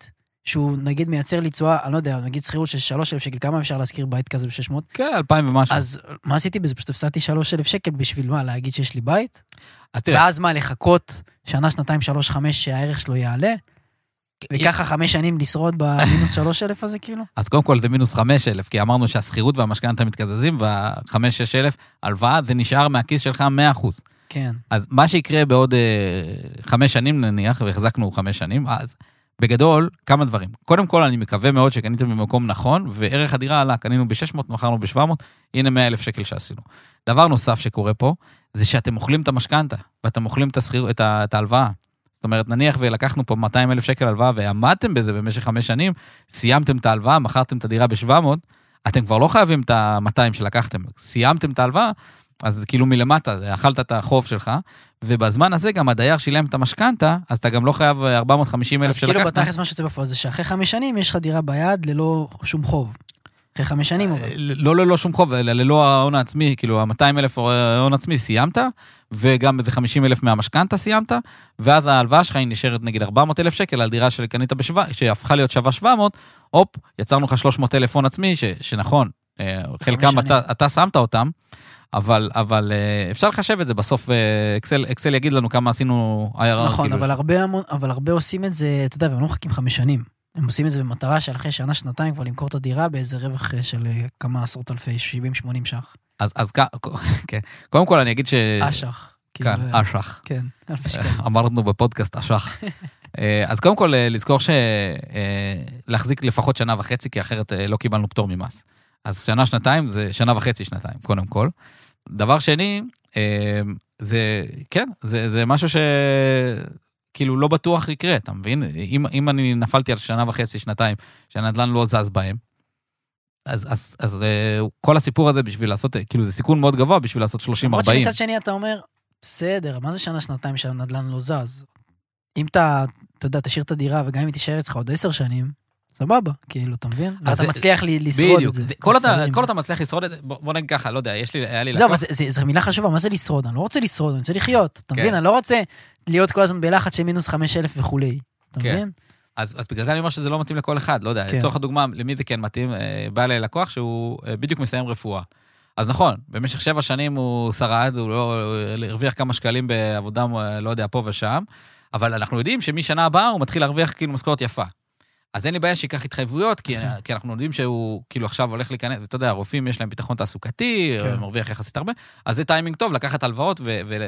B: שהוא נגיד מייצר לי תשואה, אני לא יודע, נגיד שכירות של שלוש אלף שקל, כמה אפשר להזכיר בית כזה ב-שש מאות?
A: כן, אלפיים ומשהו.
B: אז מה עשיתי בזה? פשוט הפסדתי שלוש אלף שקל בשביל מה? להגיד שיש לי בית? ואז מה, לחכות שנה, שנתיים, שלוש, חמש, שהערך שלו יעלה? וככה חמש שנים לשרוד במינוס שלוש אלף הזה, כאילו?
A: אז קודם כל זה מינוס חמש אלף, כי אמרנו שהשכירות והמשכנתא מתקזזים, והחמש, שש אלף הלוואה, זה נשאר מהכיס שלך מאה אחוז.
B: כן.
A: אז מה שיקרה בעוד אה, חמש שנים נניח, והחזקנו חמש שנים, אז בגדול, כמה דברים. קודם כל, אני מקווה מאוד שקניתם במקום נכון, וערך הדירה עלה, קנינו ב-שש מאות, מכרנו ב-שבע מאות, הנה מאה אלף שקל שעשינו. דבר נוסף שקורה פה, זה שאתם אוכלים את המשכנתא, ואתם אוכלים את השכיר, את, ה, את ההלוואה. זאת אומרת, נניח ולקחנו פה מאתיים אלף שקל הלוואה, ועמדתם בזה במשך חמש שנים, סיימתם את ההלוואה, מכרתם את הדירה ב-שבע מאות, אתם כבר לא חייבים את ה-מאתיים שלקחתם, סיימתם את ההלוואה, אז כאילו מלמטה, אכלת את החוב שלך, ובזמן הזה גם הדייר שילם את המשכנתא, אז אתה גם לא חייב ארבע מאות וחמישים אלף שלקחת.
B: אז כאילו בתכלס מה שזה בפועל, זה שאחרי חמש שנים יש לך דירה ביד ללא שום חוב. אחרי חמש שנים אבל.
A: לא ללא שום חוב, אלא ללא ההון העצמי, כאילו ה-מאתיים אלף ההון עצמי סיימת, וגם איזה חמישים אלף מהמשכנתא סיימת, ואז ההלוואה שלך היא נשארת נגיד ארבע מאות אלף שקל על דירה שקנית בשבע, שהפכה להיות שווה שבע מאות, הופ, יצרנו לך שלוש מאות אלף הון עצמי, שנכון, חלקם אתה, אתה שמת אותם, אבל, אבל אפשר לחשב את זה, בסוף אקסל, אקסל יגיד לנו כמה עשינו איי אר אר.
B: נכון,
A: כאילו.
B: אבל הרבה, אבל הרבה עושים את זה, אתה יודע, והם לא מחכים חמש שנים. הם עושים את זה במטרה של אחרי שנה, שנתיים, כבר למכור את הדירה באיזה רווח של כמה עשרות אלפי, שבעים שמונים שח.
A: אז, אז, כן. קודם כל אני אגיד ש...
B: אשח.
A: כן, אשח.
B: כן, אלפי שקל.
A: אמרנו בפודקאסט אשח. אז קודם כל לזכור שלהחזיק לפחות שנה וחצי, כי אחרת לא קיבלנו פטור ממס. אז שנה, שנתיים, זה שנה וחצי, שנתיים, קודם כל. דבר שני, זה, כן, זה, זה משהו שכאילו לא בטוח יקרה, אתה מבין? אם, אם אני נפלתי על שנה וחצי, שנתיים, שהנדל"ן לא זז בהם, אז, אז, אז כל הסיפור הזה בשביל לעשות, כאילו זה סיכון מאוד גבוה בשביל לעשות שלושים ארבעים.
B: למרות שמצד שני אתה אומר, בסדר, מה זה שנה, שנתיים שהנדל"ן לא זז? אם אתה, אתה יודע, תשאיר את הדירה, וגם אם היא תישאר אצלך עוד עשר שנים, סבבה, כאילו, אתה מבין? ואתה מצליח לשרוד את זה.
A: כל אתה מצליח לשרוד את זה, בוא נגיד ככה, לא יודע, יש לי, היה לי
B: לקוח. זהו, זו מילה חשובה, מה זה לשרוד? אני לא רוצה לשרוד, אני רוצה לחיות, אתה מבין? אני לא רוצה להיות כל הזמן בלחץ של מינוס חמש אלף וכולי, אתה מבין?
A: אז בגלל זה אני אומר שזה לא מתאים לכל אחד, לא יודע, לצורך הדוגמה, למי זה כן מתאים, בא לי לקוח שהוא בדיוק מסיים רפואה. אז נכון, במשך שבע שנים הוא שרד, הוא לא הרוויח כמה שקלים בעבודה, לא יודע, פה ושם, אבל אנחנו יודעים שמשנה הבאה הוא מתחיל להרוויח כאילו משכורת יפה. אז אין לי בעיה שיקח התחייבויות, כי, כי אנחנו יודעים שהוא כאילו עכשיו הולך להיכנס, ואתה יודע, הרופאים יש להם ביטחון תעסוקתי, כן. מרוויח יחסית הרבה, אז זה טיימינג טוב לקחת הלוואות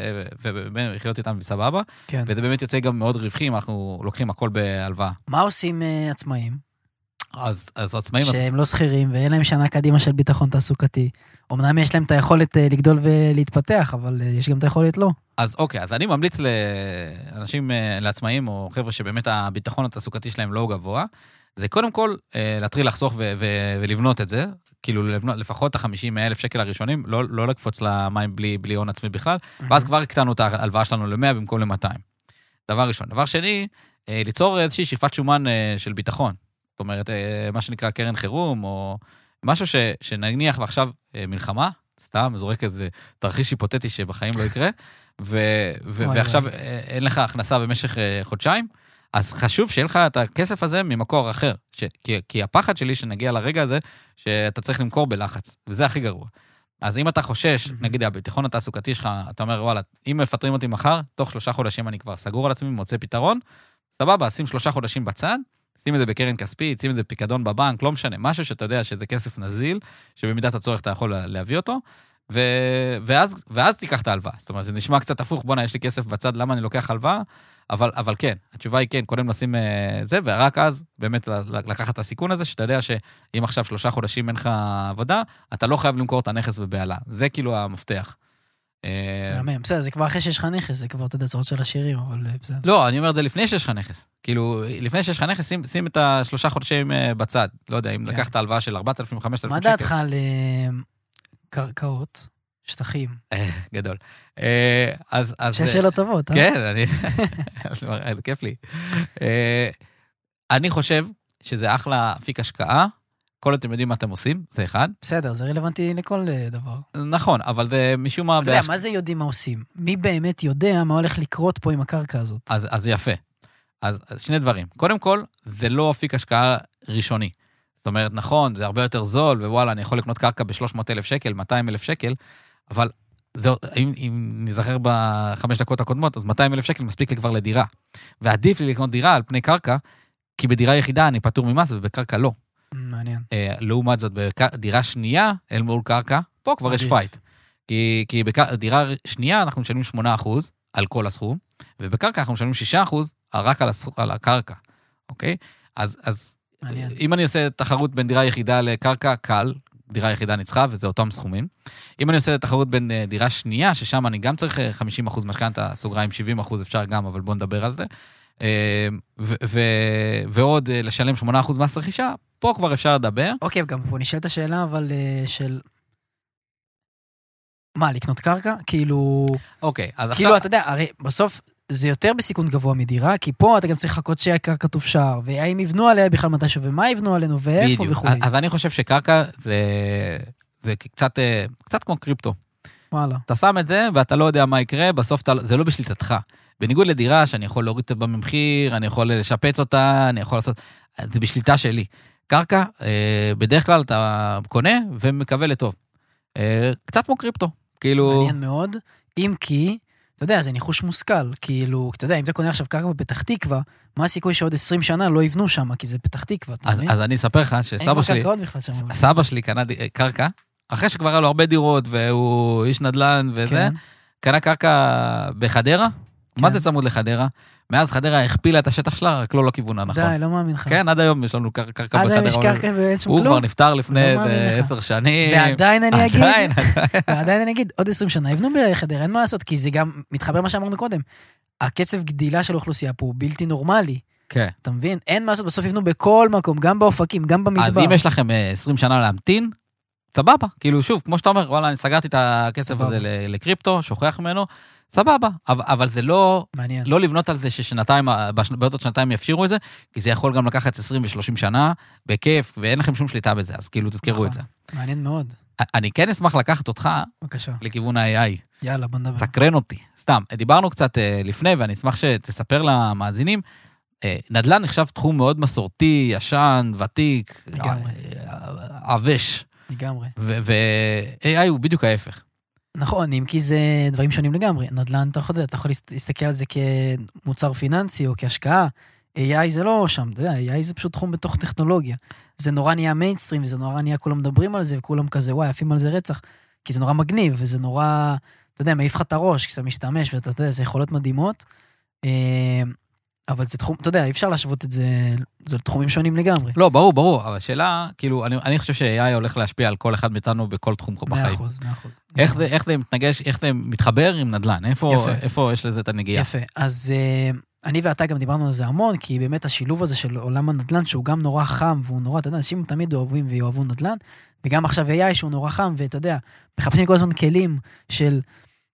A: ולחיות איתם בסבבה, כן. וזה באמת יוצא גם מאוד רווחים, אנחנו לוקחים הכל בהלוואה.
B: מה עושים uh, עצמאים?
A: אז, אז עצמאים...
B: שהם לא שכירים, ואין להם שנה קדימה של ביטחון תעסוקתי. אמנם יש להם את היכולת uh, לגדול ולהתפתח, אבל uh, יש גם את היכולת לא. אז
A: אוקיי, אז אני ממליץ לאנשים, לעצמאים, או חבר'ה שבאמת הביטחון התעסוקתי שלהם לא גבוה, זה קודם כל להתחיל לחסוך ו- ו- ולבנות את זה, כאילו לבנות, לפחות ה-חמישים אלף שקל הראשונים, לא, לא לקפוץ למים בלי, בלי הון עצמי בכלל, ואז כבר הקטנו את ההלוואה שלנו ל-מאה במקום ל-מאתיים. דבר ראשון. דבר שני, ליצור איזושהי שכבת שומן של ביטחון. זאת אומרת, מה שנקרא קרן חירום, או משהו ש- שנניח ועכשיו מלחמה, סתם, זורק איזה תרחיש היפותטי שבחיים לא יקרה, ו- ו- ועכשיו אין לך הכנסה במשך חודשיים, אז חשוב שיהיה לך את הכסף הזה ממקור אחר, ש- כי, כי הפחד שלי שנגיע לרגע הזה, שאתה צריך למכור בלחץ, וזה הכי גרוע. אז אם אתה חושש, נגיד, הביטחון התעסוקתי שלך, אתה אומר, וואלה, אם מפטרים אותי מחר, תוך שלושה חודשים אני כבר סגור על עצמי, מוצא פתרון, סבבה, שים שלושה חודשים בצד, שים את זה בקרן כספית, שים את זה פיקדון בבנק, לא משנה, משהו שאתה יודע שזה כסף נזיל, שבמידת הצורך אתה יכול להביא אותו, ו... ואז, ואז תיקח את ההלוואה. זאת אומרת, זה נשמע קצת הפוך, בונה, יש לי כסף בצד, למה אני לוקח הלוואה? אבל, אבל כן, התשובה היא כן, קודם לשים זה, ורק אז באמת לקחת את הסיכון הזה, שאתה יודע שאם עכשיו שלושה חודשים אין לך עבודה, אתה לא חייב למכור את הנכס בבעלה. זה כאילו המפתח.
B: בסדר, זה כבר אחרי שיש לך נכס, זה כבר, אתה יודע, צורות של עשירים, אבל בסדר.
A: לא, אני אומר, זה לפני שיש לך נכס. כאילו, לפני שיש לך נכס, שים, שים את השלושה חודשים בצד. לא יודע, אם לקחת הלוואה של ארבעת אלפים, חמשת אלפים שקל.
B: מה דעתך על קרקעות, שטחים?
A: גדול. שש
B: שאלות טובות, אה?
A: כן, אני... זה כיף לי. אני חושב שזה אחלה אפיק השקעה, כל אתם יודעים מה אתם עושים, זה אחד.
B: בסדר, זה רלוונטי לכל דבר.
A: נכון, אבל זה משום מה...
B: אתה יודע, מה זה יודעים מה עושים? מי באמת יודע מה הולך לקרות פה עם הקרקע הזאת?
A: אז זה יפה. אז שני דברים. קודם כל, זה לא אפיק השקעה ראשוני. זאת אומרת, נכון, זה הרבה יותר זול, ווואלה, אני יכול לקנות קרקע ב-שלוש מאות אלף שקל, מאתיים אלף שקל, אבל זה, אם, אם נזכר בחמש דקות הקודמות, אז מאתיים אלף שקל מספיק לי כבר לדירה. ועדיף לי לקנות דירה על פני קרקע, כי בדירה יחידה אני פטור ממס, ובקרקע לא.
B: מעניין.
A: לעומת זאת, בדירה שנייה, אל מול קרקע, פה כבר יש פייט. כי, כי בדירה שנייה אנחנו משלמים שמונה אחוז על כל הסכום, ובקרקע אנחנו משלמים שישה אחוז רק על, הסכום, על הקרקע. אוקיי? אז, אז אם אני עושה תחרות בין דירה יחידה לקרקע, קל, דירה יחידה ניצחה, וזה אותם סכומים. אם אני עושה תחרות בין דירה שנייה, ששם אני גם צריך חמישים אחוז משכנתא, סוגריים שבעים אחוז אפשר גם, אבל בואו נדבר על זה. ו- ו- ועוד לשלם שמונה אחוז מס רכישה, פה כבר אפשר לדבר.
B: אוקיי, גם פה נשאלת השאלה, אבל של... מה, לקנות קרקע? כאילו...
A: אוקיי, אז
B: כאילו,
A: עכשיו...
B: אתה יודע, הרי בסוף זה יותר בסיכון גבוה מדירה, כי פה אתה גם צריך לחכות שהקרקע תופשר, והאם יבנו עליה בכלל מתישהו, ומה יבנו עלינו, ואיפה וכו'.
A: אז אני חושב שקרקע זה, זה קצת, קצת כמו קריפטו.
B: וואלה.
A: אתה שם את זה, ואתה לא יודע מה יקרה, בסוף אתה, זה לא בשליטתך. בניגוד לדירה, שאני יכול להוריד את במחיר, אני יכול לשפץ אותה, אני יכול לעשות... זה בשליטה שלי. קרקע, בדרך כלל אתה קונה ומקווה לטוב. קצת כמו קריפטו. כאילו...
B: מעניין מאוד, אם כי... אתה יודע, זה ניחוש מושכל, כאילו, אתה יודע, אם אתה קונה עכשיו קרקע בפתח תקווה, מה הסיכוי שעוד עשרים שנה לא יבנו שם, כי זה פתח תקווה, אתה מבין?
A: אז אני אספר לך שסבא שלי, סבא שלי קנה קרקע, אחרי שכבר היה לו הרבה דירות, והוא איש נדל"ן וזה, קנה קרקע בחדרה, מה זה צמוד לחדרה? מאז חדרה הכפילה את השטח שלה, רק לא לכיוון הנכון.
B: די, לא מאמין לך.
A: כן, עד היום יש לנו קרקע בחדרה.
B: עד היום יש קרקע ואין שם כלום.
A: הוא כבר נפטר לפני עשר שנים.
B: ועדיין אני אגיד, ועדיין אני אגיד, עוד עשרים שנה יבנו בחדרה, אין מה לעשות, כי זה גם מתחבר מה שאמרנו קודם. הקצב גדילה של האוכלוסייה פה הוא בלתי נורמלי.
A: כן.
B: אתה מבין? אין מה לעשות, בסוף יבנו בכל מקום, גם באופקים, גם במדבר.
A: אז אם יש לכם עשרים שנה להמתין, סבבה. כאילו שוב, כמו שאתה אומר, וואלה, אני סגרתי את הכסף הזה לקריפטו, שוכח ממנו. סבבה, אבל, אבל זה לא, לא לבנות על זה ששנתיים, בעוד שנתיים יפשירו את זה, כי זה יכול גם לקחת עשרים ושלושים שנה, בכיף, ואין לכם שום שליטה בזה, אז כאילו תזכרו את זה.
B: מעניין מאוד.
A: אני כן אשמח לקחת אותך,
B: בבקשה.
A: לכיוון ה-איי איי.
B: יאללה, בוא נדבר.
A: תקרן אותי. סתם, דיברנו קצת לפני, ואני אשמח שתספר למאזינים, נדל"ן נחשב תחום מאוד מסורתי, ישן, ותיק, עבש.
B: לגמרי.
A: ו-איי איי הוא בדיוק ההפך.
B: נכון, אם כי זה דברים שונים לגמרי. נדל"ן, אתה יכול, אתה יכול להסתכל על זה כמוצר פיננסי או כהשקעה. איי איי זה לא שם, אתה יודע, איי איי זה פשוט תחום בתוך טכנולוגיה. זה נורא נהיה מיינסטרים, וזה נורא נהיה, כולם מדברים על זה, וכולם כזה, וואי, עפים על זה רצח, כי זה נורא מגניב, וזה נורא, אתה יודע, מעיף לך את הראש, כי אתה משתמש, ואתה יודע, זה יכולות מדהימות. אבל זה תחום, אתה יודע, אי אפשר להשוות את זה, זה תחומים שונים לגמרי.
A: לא, ברור, ברור, אבל השאלה, כאילו, אני, אני חושב ש-איי איי הולך להשפיע על כל אחד מאיתנו בכל תחום בחיים.
B: מאה אחוז, מאה אחוז.
A: איך זה, איך זה מתנגש, איך זה מתחבר עם נדל"ן? איפה, איפה יש לזה את הנגיעה?
B: יפה, אז אני ואתה גם דיברנו על זה המון, כי באמת השילוב הזה של עולם הנדל"ן, שהוא גם נורא חם, והוא נורא, אתה יודע, אנשים תמיד אוהבים ויאהבו נדל"ן, וגם עכשיו איי איי שהוא נורא חם, ואתה יודע, מחפשים כל הזמן כלים של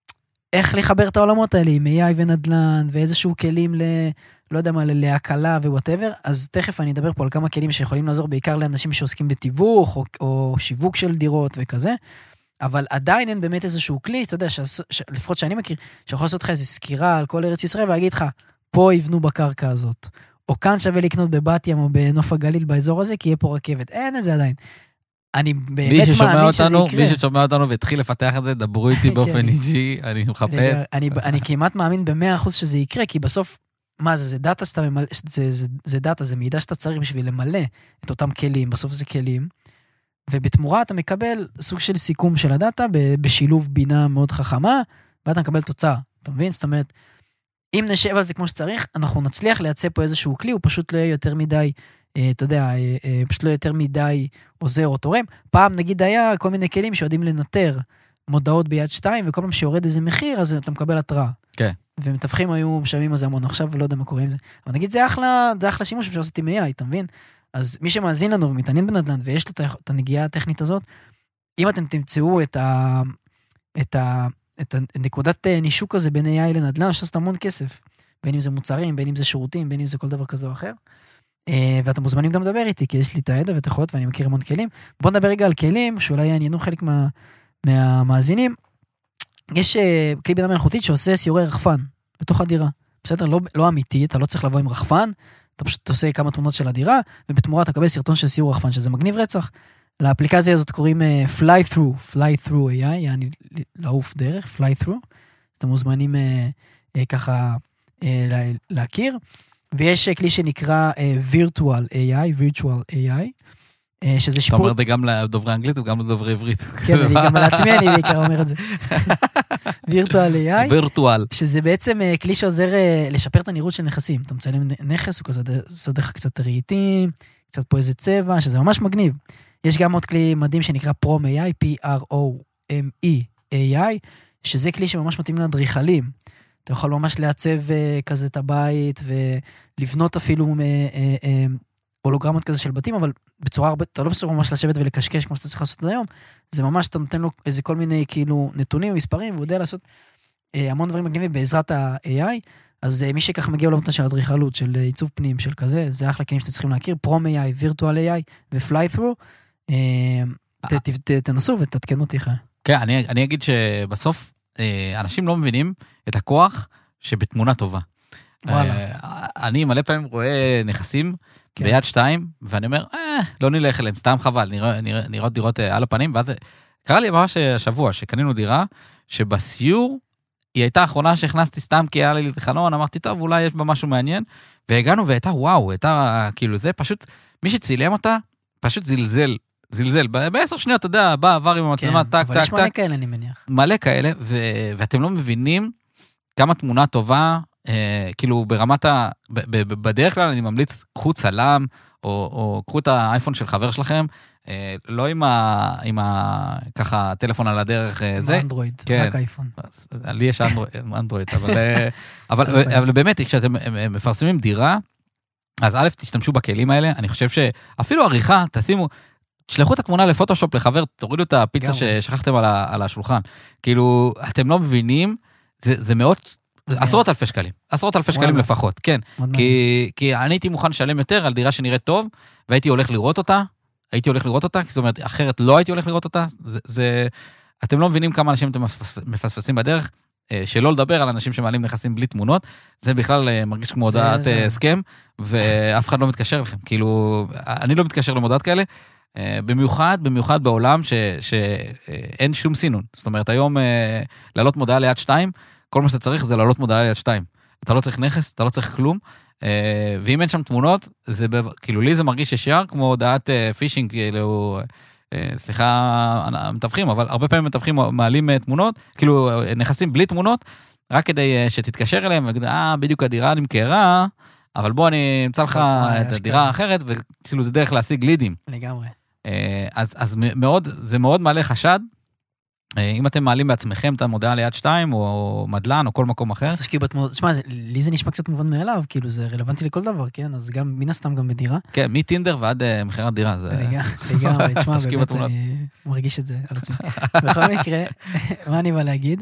B: איך לחבר את העולמות האלה עם איי איי ונדל"ן, ואיזשהו כלים ל... לא יודע מה, להקלה ווואטאבר, אז תכף אני אדבר פה על כמה כלים שיכולים לעזור בעיקר לאנשים שעוסקים בתיווך, או, או שיווק של דירות וכזה, אבל עדיין אין באמת איזשהו כלי, אתה יודע, לפחות שאני מכיר, שיכול לעשות לך איזו סקירה על כל ארץ ישראל, ולהגיד לך, פה יבנו בקרקע הזאת, או כאן שווה לקנות בבת ים, או בנוף הגליל באזור הזה, כי יהיה פה רכבת, אין את זה עדיין. אני באמת מאמין שזה יקרה.
A: מי ששומע אותנו והתחיל לפתח את זה, דברו איתי באופן אישי, אני מחפש.
B: אני כמעט מאמין ב-מאה אחוז שזה יקרה, כי בסוף מה זה? זה דאטה שאתה ממלא, זה, זה, זה דאטה, זה מידע שאתה צריך בשביל למלא את אותם כלים, בסוף זה כלים, ובתמורה אתה מקבל סוג של סיכום של הדאטה, בשילוב בינה מאוד חכמה, ואתה מקבל תוצאה, אתה מבין? זאת אומרת, אם נשב על זה כמו שצריך, אנחנו נצליח לייצא פה איזשהו כלי, הוא פשוט לא יהיה יותר מדי, אתה יודע, פשוט לא יותר מדי עוזר או תורם. פעם נגיד היה כל מיני כלים שיודעים לנטר מודעות ביד שתיים, וכל פעם שיורד איזה מחיר, אז אתה מקבל התראה. כן. ומתווכים היו משלמים על זה המון, עכשיו לא יודע מה קורה עם זה. אבל נגיד, זה אחלה, זה אחלה שימוש אפשר לעשות עם איי איי, אתה מבין? אז מי שמאזין לנו ומתעניין בנדל"ן, ויש לו את הנגיעה הטכנית הזאת, אם אתם תמצאו את ה... את ה... את הנקודת נישוק הזה בין איי איי לנדל"ן, יש לעשות המון כסף. בין אם זה מוצרים, בין אם זה שירותים, בין אם זה כל דבר כזה או אחר. ואתם מוזמנים גם לדבר איתי, כי יש לי את הידע ואת היכולות, ואני מכיר המון כלים. בואו נדבר רגע על כלים, שאולי יעניינו חלק מה... מהמאזינים. יש כלי בינה מלאכותית שעושה סיורי רחפן בתוך הדירה. בסדר? לא, לא אמיתי, אתה לא צריך לבוא עם רחפן, אתה פשוט עושה כמה תמונות של הדירה, ובתמורה אתה קבל סרטון של סיור רחפן, שזה מגניב רצח. לאפליקציה הזאת קוראים uh, fly through, fly through איי איי, יעני לעוף דרך, fly through, אז אתם מוזמנים uh, uh, ככה uh, להכיר, ויש כלי שנקרא uh, virtual איי איי, virtual איי איי, uh, שזה שיפור...
A: אתה אומר את זה גם לדוברי אנגלית וגם לדוברי עברית.
B: כן, אני גם לעצמי, אני בעיקר אומר את זה. virtual איי איי,
A: וירטואל.
B: שזה בעצם uh, כלי שעוזר uh, לשפר את הנראות של נכסים, אתה מצלם נכס, הוא כזה עושה דרך קצת רהיטים, קצת פה איזה צבע, שזה ממש מגניב. יש גם עוד כלי מדהים שנקרא פרום איי איי, פי אר או אם אי איי איי, שזה כלי שממש מתאים לאדריכלים. אתה יכול ממש לעצב uh, כזה את הבית, ולבנות אפילו uh, uh, uh, הולוגרמות כזה של בתים, אבל בצורה הרבה, אתה לא בצורה ממש לשבת ולקשקש כמו שאתה צריך לעשות עד היום, זה ממש, אתה נותן לו איזה כל מיני כאילו נתונים, מספרים, והוא יודע לעשות uh, המון דברים מגניבים בעזרת ה-איי איי, אז uh, מי שכך מגיע לעולמות של אדריכלות, של uh, עיצוב פנים, של כזה, זה אחלה כלים שאתם צריכים להכיר, פרום איי איי, וירטואל איי איי ו-fly through, תנסו ותתקנו אותי חי.
A: כן, אני אגיד שבסוף אנשים לא מבינים את הכוח שבתמונה טובה. אני מלא פעמים רואה נכסים ביד שתיים, ואני אומר, אה, לא נלך אליהם, סתם חבל, נראות דירות על הפנים, ואז קרה לי ממש השבוע שקנינו דירה, שבסיור היא הייתה האחרונה שהכנסתי סתם כי היה לי לחלון, אמרתי, טוב, אולי יש בה משהו מעניין, והגענו והייתה וואו, הייתה כאילו זה, פשוט מי שצילם אותה, פשוט זלזל. זלזל, בעשר שניות, אתה יודע, בא, עבר עם המצלמה, טק, טק, טק.
B: אבל יש מלא כאלה, אני מניח.
A: מלא כאלה, ואתם לא מבינים כמה תמונה טובה, כאילו ברמת ה... בדרך כלל אני ממליץ, קחו צלם, או קחו את האייפון של חבר שלכם, לא עם ה... ככה, טלפון על הדרך, זה.
B: עם האנדרואיד, רק אייפון.
A: לי יש אנדרואיד, אבל באמת, כשאתם מפרסמים דירה, אז א', תשתמשו בכלים האלה, אני חושב שאפילו עריכה, תשימו... תשלחו את התמונה לפוטושופ לחבר, תורידו את הפילטר ששכחתם על, על השולחן. כאילו, אתם לא מבינים, זה, זה מאות, עשרות אלפי שקלים. עשרות אלפי שקלים לפחות, כן. כי, כי אני הייתי מוכן לשלם יותר על דירה שנראית טוב, והייתי הולך לראות אותה, הייתי הולך לראות אותה, זאת אומרת, אחרת לא הייתי הולך לראות אותה. זה, זה, אתם לא מבינים כמה אנשים אתם מפספסים בדרך, שלא לדבר על אנשים שמעלים נכסים בלי תמונות, זה בכלל מרגיש כמו הודעת הסכם, ואף אחד לא מתקשר לכם. כאילו, אני לא מתקשר למודעות כאלה, במיוחד, במיוחד בעולם שאין שום סינון. זאת אומרת, היום לעלות מודעה ליד שתיים, כל מה שאתה צריך זה לעלות מודעה ליד שתיים. אתה לא צריך נכס, אתה לא צריך כלום, ואם אין שם תמונות, זה כאילו לי זה מרגיש ישר כמו הודעת פישינג, כאילו, סליחה, המתווכים, אבל הרבה פעמים מתווכים מעלים תמונות, כאילו נכסים בלי תמונות, רק כדי שתתקשר אליהם וגיד, אה, בדיוק הדירה נמכרה, אבל בוא אני אמצא לך את הדירה האחרת, וכאילו זה דרך להשיג לידים.
B: לגמרי.
A: אז, אז מאוד, זה מאוד מעלה חשד, אם אתם מעלים בעצמכם את המודעה ליד שתיים, או מדלן, או כל מקום אחר.
B: אז תשקיעו בתמונות, תשמע, לי זה נשמע קצת מובן מאליו, כאילו זה רלוונטי לכל דבר, כן? אז גם, מן הסתם גם בדירה.
A: כן, מטינדר ועד מחירת דירה.
B: לגמרי, תשמע, באמת אני מרגיש את זה על עצמי. בכל מקרה, מה אני בא להגיד?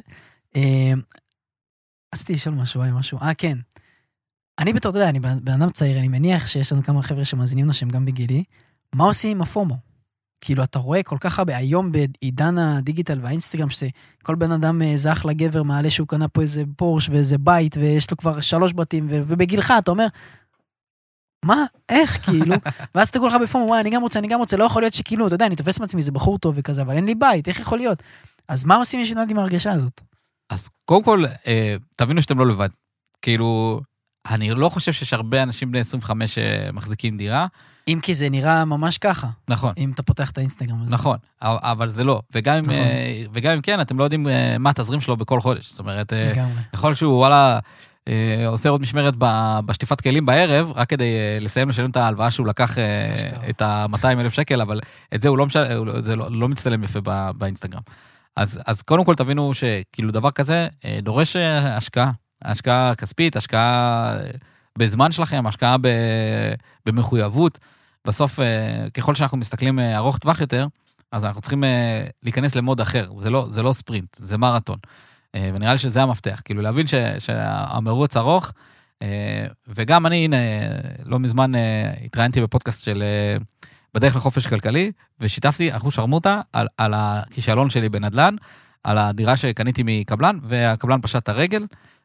B: עשיתי לשאול משהו, משהו, אה, כן. אני בתור, אתה יודע, אני בן אדם צעיר, אני מניח שיש לנו כמה חבר'ה שמאזינים לשם גם בגילי, מה עושים עם הפומו? כאילו, אתה רואה כל כך הרבה, היום בעידן הדיגיטל והאינסטגרם, שכל בן אדם זה אחלה גבר, מעלה שהוא קנה פה איזה פורש ואיזה בית, ויש לו כבר שלוש בתים, ובגילך אתה אומר, מה? איך? כאילו? ואז אתה כל כך בפומו, וואי, אני גם רוצה, אני גם רוצה, לא יכול להיות שכאילו, אתה יודע, אני תופס מעצמי, זה בחור טוב וכזה, אבל אין לי בית, איך יכול להיות? אז מה עושים משנות עם ההרגשה הזאת?
A: אז קודם כל, תבינו שאתם לא לבד. כאילו, אני לא חושב שיש הרבה אנשים בני עשרים וחמש שמחזיקים דירה.
B: אם כי זה נראה ממש ככה.
A: נכון.
B: אם אתה פותח את האינסטגרם הזה.
A: נכון, אבל זה לא. וגם, נכון. אם, וגם אם כן, אתם לא יודעים מה התזרים שלו בכל חודש. זאת אומרת, לגמרי. יכול שהוא, וואלה, עושה עוד משמרת בשטיפת כלים בערב, רק כדי לסיים לשלם את ההלוואה שהוא לקח את ה-מאתיים אלף שקל, אבל את זה הוא לא, משל, זה לא, לא מצטלם יפה באינסטגרם. אז, אז קודם כל תבינו שכאילו דבר כזה דורש השקעה. השקעה כספית, השקעה בזמן שלכם, השקעה במחויבות. בסוף, ככל שאנחנו מסתכלים ארוך טווח יותר, אז אנחנו צריכים להיכנס למוד אחר. זה לא, זה לא ספרינט, זה מרתון. ונראה לי שזה המפתח. כאילו להבין ש, שהמרוץ ארוך, וגם אני, הנה, לא מזמן התראיינתי בפודקאסט של בדרך לחופש כלכלי, ושיתפתי אחוז שרמוטה על, על הכישלון שלי בנדלן, על הדירה שקניתי מקבלן, והקבלן פשט את הרגל,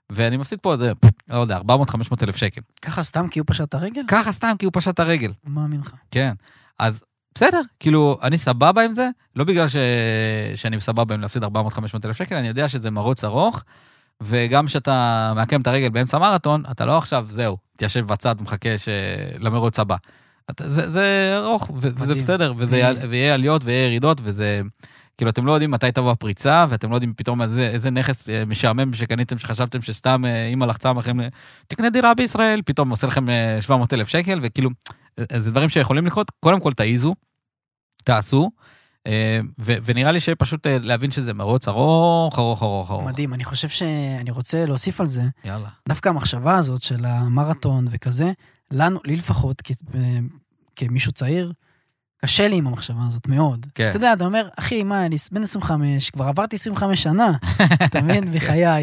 A: ואני מפסיד פה, לא יודע, ארבע מאות חמש מאות אלף שקל.
B: ככה סתם כי הוא פשט את הרגל?
A: ככה סתם כי הוא פשט את הרגל.
B: מאמין לך.
A: כן, אז בסדר, כאילו, אני סבבה עם זה, לא בגלל ש... שאני סבבה עם להפסיד ארבע מאות חמש מאות אלף שקל, אני יודע שזה מרוץ ארוך, וגם שאתה מעקם את הרגל באמצע מרתון, אתה לא עכשיו, זהו, תיישב בצד ומחכה ש... למרוץ הבא. אתה, זה, זה ארוך, ו... וזה בסדר, וזה... ויהיה עליות ויהיה ירידות, וזה... כאילו, אתם לא יודעים מתי תבוא הפריצה, ואתם לא יודעים פתאום איזה, איזה נכס משעמם שקניתם, שחשבתם שסתם אמא לחצה מכם, תקנה דירה בישראל, פתאום עושה לכם שבע מאות אלף שקל, וכאילו, זה דברים שיכולים לקרות, קודם כל תעיזו, תעשו, ו- ונראה לי שפשוט להבין שזה מרוץ ארוך, ארוך, ארוך, ארוך.
B: מדהים, אני חושב שאני רוצה להוסיף על זה,
A: יאללה.
B: דווקא המחשבה הזאת של המרתון וכזה, לנו, לי לפחות, כ- כמישהו צעיר, קשה לי עם המחשבה הזאת מאוד.
A: כן.
B: אתה יודע, אתה אומר, אחי, מה, אני בן עשרים וחמש, כבר עברתי עשרים וחמש שנה, אתה מבין, בחיי.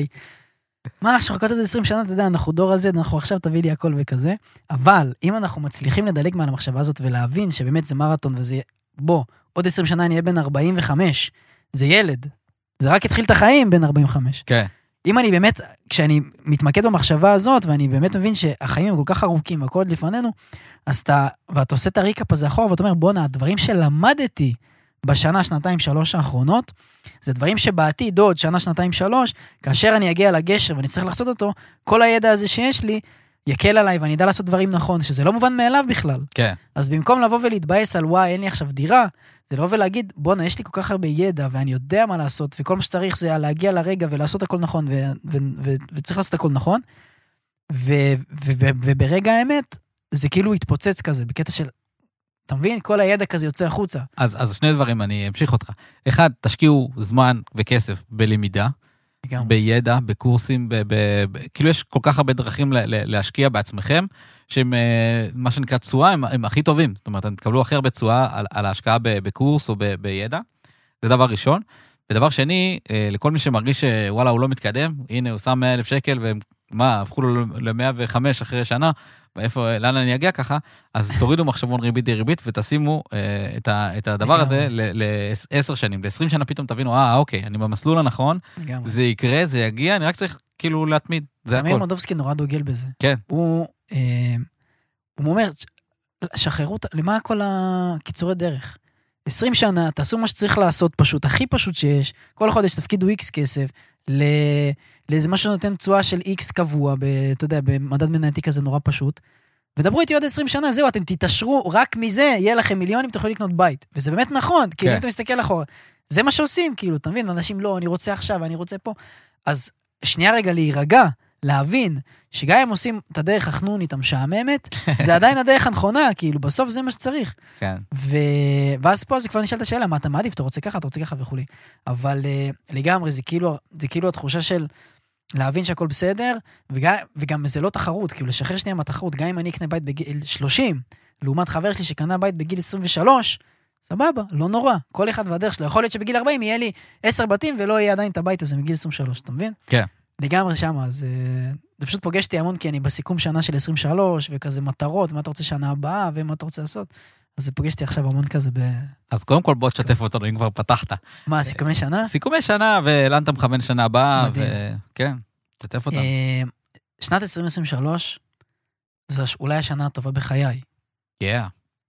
B: מה, עכשיו חכות עד עשרים שנה, אתה יודע, אנחנו דור הזה, אנחנו עכשיו תביא לי הכל וכזה. אבל, אם אנחנו מצליחים לדלג מעל המחשבה הזאת ולהבין שבאמת זה מרתון וזה, בוא, עוד עשרים שנה אני אהיה בן ארבעים וחמש, זה ילד. זה רק התחיל את החיים בין ארבעים וחמש.
A: כן.
B: אם אני באמת, כשאני מתמקד במחשבה הזאת, ואני באמת מבין שהחיים הם כל כך ארוכים, והכל עוד לפנינו, אז אתה, ואתה עושה את הריקאפ הזה אחורה, ואתה אומר, בונה, הדברים שלמדתי בשנה, שנתיים, שלוש האחרונות, זה דברים שבעתיד עוד שנה, שנתיים, שלוש, כאשר אני אגיע לגשר ואני צריך לחצות אותו, כל הידע הזה שיש לי, יקל עליי ואני אדע לעשות דברים נכון, שזה לא מובן מאליו בכלל.
A: כן.
B: אז במקום לבוא ולהתבאס על וואי, אין לי עכשיו דירה, זה לבוא ולהגיד, בונה, יש לי כל כך הרבה ידע, ואני יודע מה לעשות, וכל מה שצריך זה להגיע לרגע ולעשות הכל נכון, ו- ו- ו- וצריך לעשות הכל נכון, ו- ו- ו- וברגע האמת, זה כאילו התפוצץ כזה, בקטע של, אתה מבין? כל הידע כזה יוצא החוצה.
A: אז, אז שני דברים, אני אמשיך אותך. אחד, תשקיעו זמן וכסף בלמידה, בידע, בקורסים, ב, ב, ב, כאילו יש כל כך הרבה דרכים ל, ל, להשקיע בעצמכם, שהם, מה שנקרא תשואה, הם, הם הכי טובים. זאת אומרת, הם תקבלו הכי הרבה תשואה על, על ההשקעה בקורס או ב, בידע. זה דבר ראשון. ודבר שני, לכל מי שמרגיש שוואלה, הוא לא מתקדם, הנה, הוא שם מאה אלף שקל, ומה, הפכו לו ל-מאה וחמש אחרי שנה, ואיפה, לאן אני אגיע ככה, אז תורידו מחשבון ריבית די ריבית, ותשימו אה, את, ה, את הדבר הזה ל-עשר שנים, ל-עשרים שנה פתאום תבינו, אה, אוקיי, אני במסלול הנכון, זה יקרה, זה יגיע, אני רק צריך כאילו להתמיד, זה הכל.
B: אמיר מודובסקי נורא דוגל בזה.
A: כן.
B: הוא, אה, הוא אומר, שחררו, למה כל הקיצורי דרך? עשרים שנה, תעשו מה שצריך לעשות פשוט, הכי פשוט שיש, כל חודש תפקידו איקס כסף, ל... לאיזה משהו נותן תשואה של איקס קבוע, ב, אתה יודע, במדד מנייתי כזה נורא פשוט, ודברו איתי עוד עשרים שנה, זהו, אתם תתעשרו, רק מזה יהיה לכם מיליונים, תוכלו לקנות בית, וזה באמת נכון, כאילו אם אתה מסתכל אחורה, זה מה שעושים, כאילו, אתה מבין, אנשים לא, אני רוצה עכשיו, אני רוצה פה, אז שנייה רגע להירגע, להבין, שגם הם עושים את הדרך החנונית המשעממת, זה עדיין הדרך הנכונה, כאילו, בסוף זה מה שצריך.
A: כן.
B: ו... ואז פה זה כבר נשאלת השאלה, מה אתה מעדיף, אתה רוצה ככה, אתה רוצה ככה וכו'. אבל לגמרי, זה כאילו, זה כאילו התחושה של להבין שהכל בסדר, וגם, וגם זה לא תחרות, כאילו לשחרר שנייה מהתחרות, גם אם אני אקנה בית בגיל שלושים, לעומת חבר שלי שקנה בית בגיל עשרים ושלוש, סבבה, לא נורא, כל אחד והדרך שלו, יכול להיות שבגיל ארבעים יהיה לי עשר בתים, ולא יהיה עדיין את הבית הזה מגיל עשרים ושלוש, אתה מבין?
A: כן.
B: לגמרי שמה, אז זה פשוט פוגשתי המון, כי אני בסיכום שנה של עשרים ושלוש, וכזה מטרות, מה אתה רוצה שנה הבאה, ומה אתה רוצה לעשות, אז זה פוגשתי עכשיו המון כזה ב...
A: אז קודם כל בוא תשתף אותנו, אם כבר פתחת.
B: מה, סיכומי שנה?
A: סיכומי שנה, ולאן אתה מכוון שנה הבאה, וכן, תשתף אותנו.
B: שנת עשרים עשרים ושלוש, זו אולי השנה הטובה בחיי.
A: כן.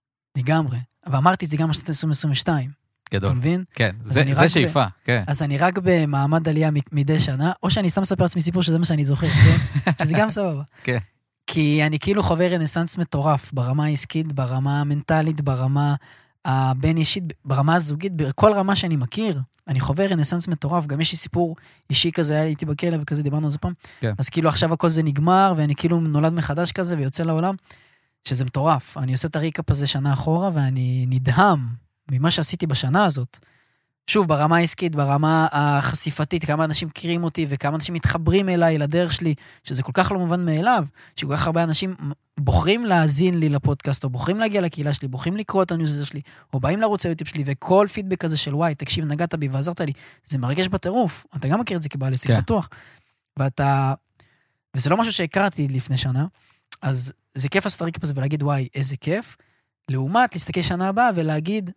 B: לגמרי. ואמרתי את זה גם בשנת עשרים עשרים ושתיים.
A: גדול.
B: אתה מבין?
A: כן, זה שאיפה, כן.
B: אז אני רק במעמד עלייה מדי שנה, או שאני סתם מספר לעצמי סיפור שזה מה שאני זוכר, כן? שזה גם סבבה.
A: כן.
B: כי אני כאילו חווה רנסנס מטורף, ברמה העסקית, ברמה המנטלית, ברמה הבין אישית, ברמה הזוגית, בכל רמה שאני מכיר, אני חווה רנסנס מטורף, גם יש לי סיפור אישי כזה, הייתי בכלא וכזה, דיברנו על זה פעם, כן. אז כאילו עכשיו הכל זה נגמר, ואני כאילו נולד מחדש כזה, ויוצא לעולם, שזה מטורף. אני עושה את הריקאפ הזה שנה אחורה, ואני נדהם ממה שעשיתי בשנה הזאת. שוב, ברמה העסקית, ברמה החשיפתית, כמה אנשים מכירים אותי, וכמה אנשים מתחברים אליי, לדרך שלי, שזה כל כך לא מובן מאליו, שכל כך הרבה אנשים בוחרים להאזין לי לפודקאסט, או בוחרים להגיע לקהילה שלי, בוחרים לקרוא את הניוזר שלי, או באים לערוץ היוטיוב שלי, וכל פידבק הזה של וואי, תקשיב, נגעת בי ועזרת לי, זה מרגש בטירוף. אתה גם מכיר את זה כבעל עסק בטוח. ואתה, וזה לא משהו שהכרתי לפני שנה, אז זה כיף לעשות הריקאפ הזה ולהגיד, וואי, איזה כיף. לעומת, להסתכל שנה הבאה ולהגיד,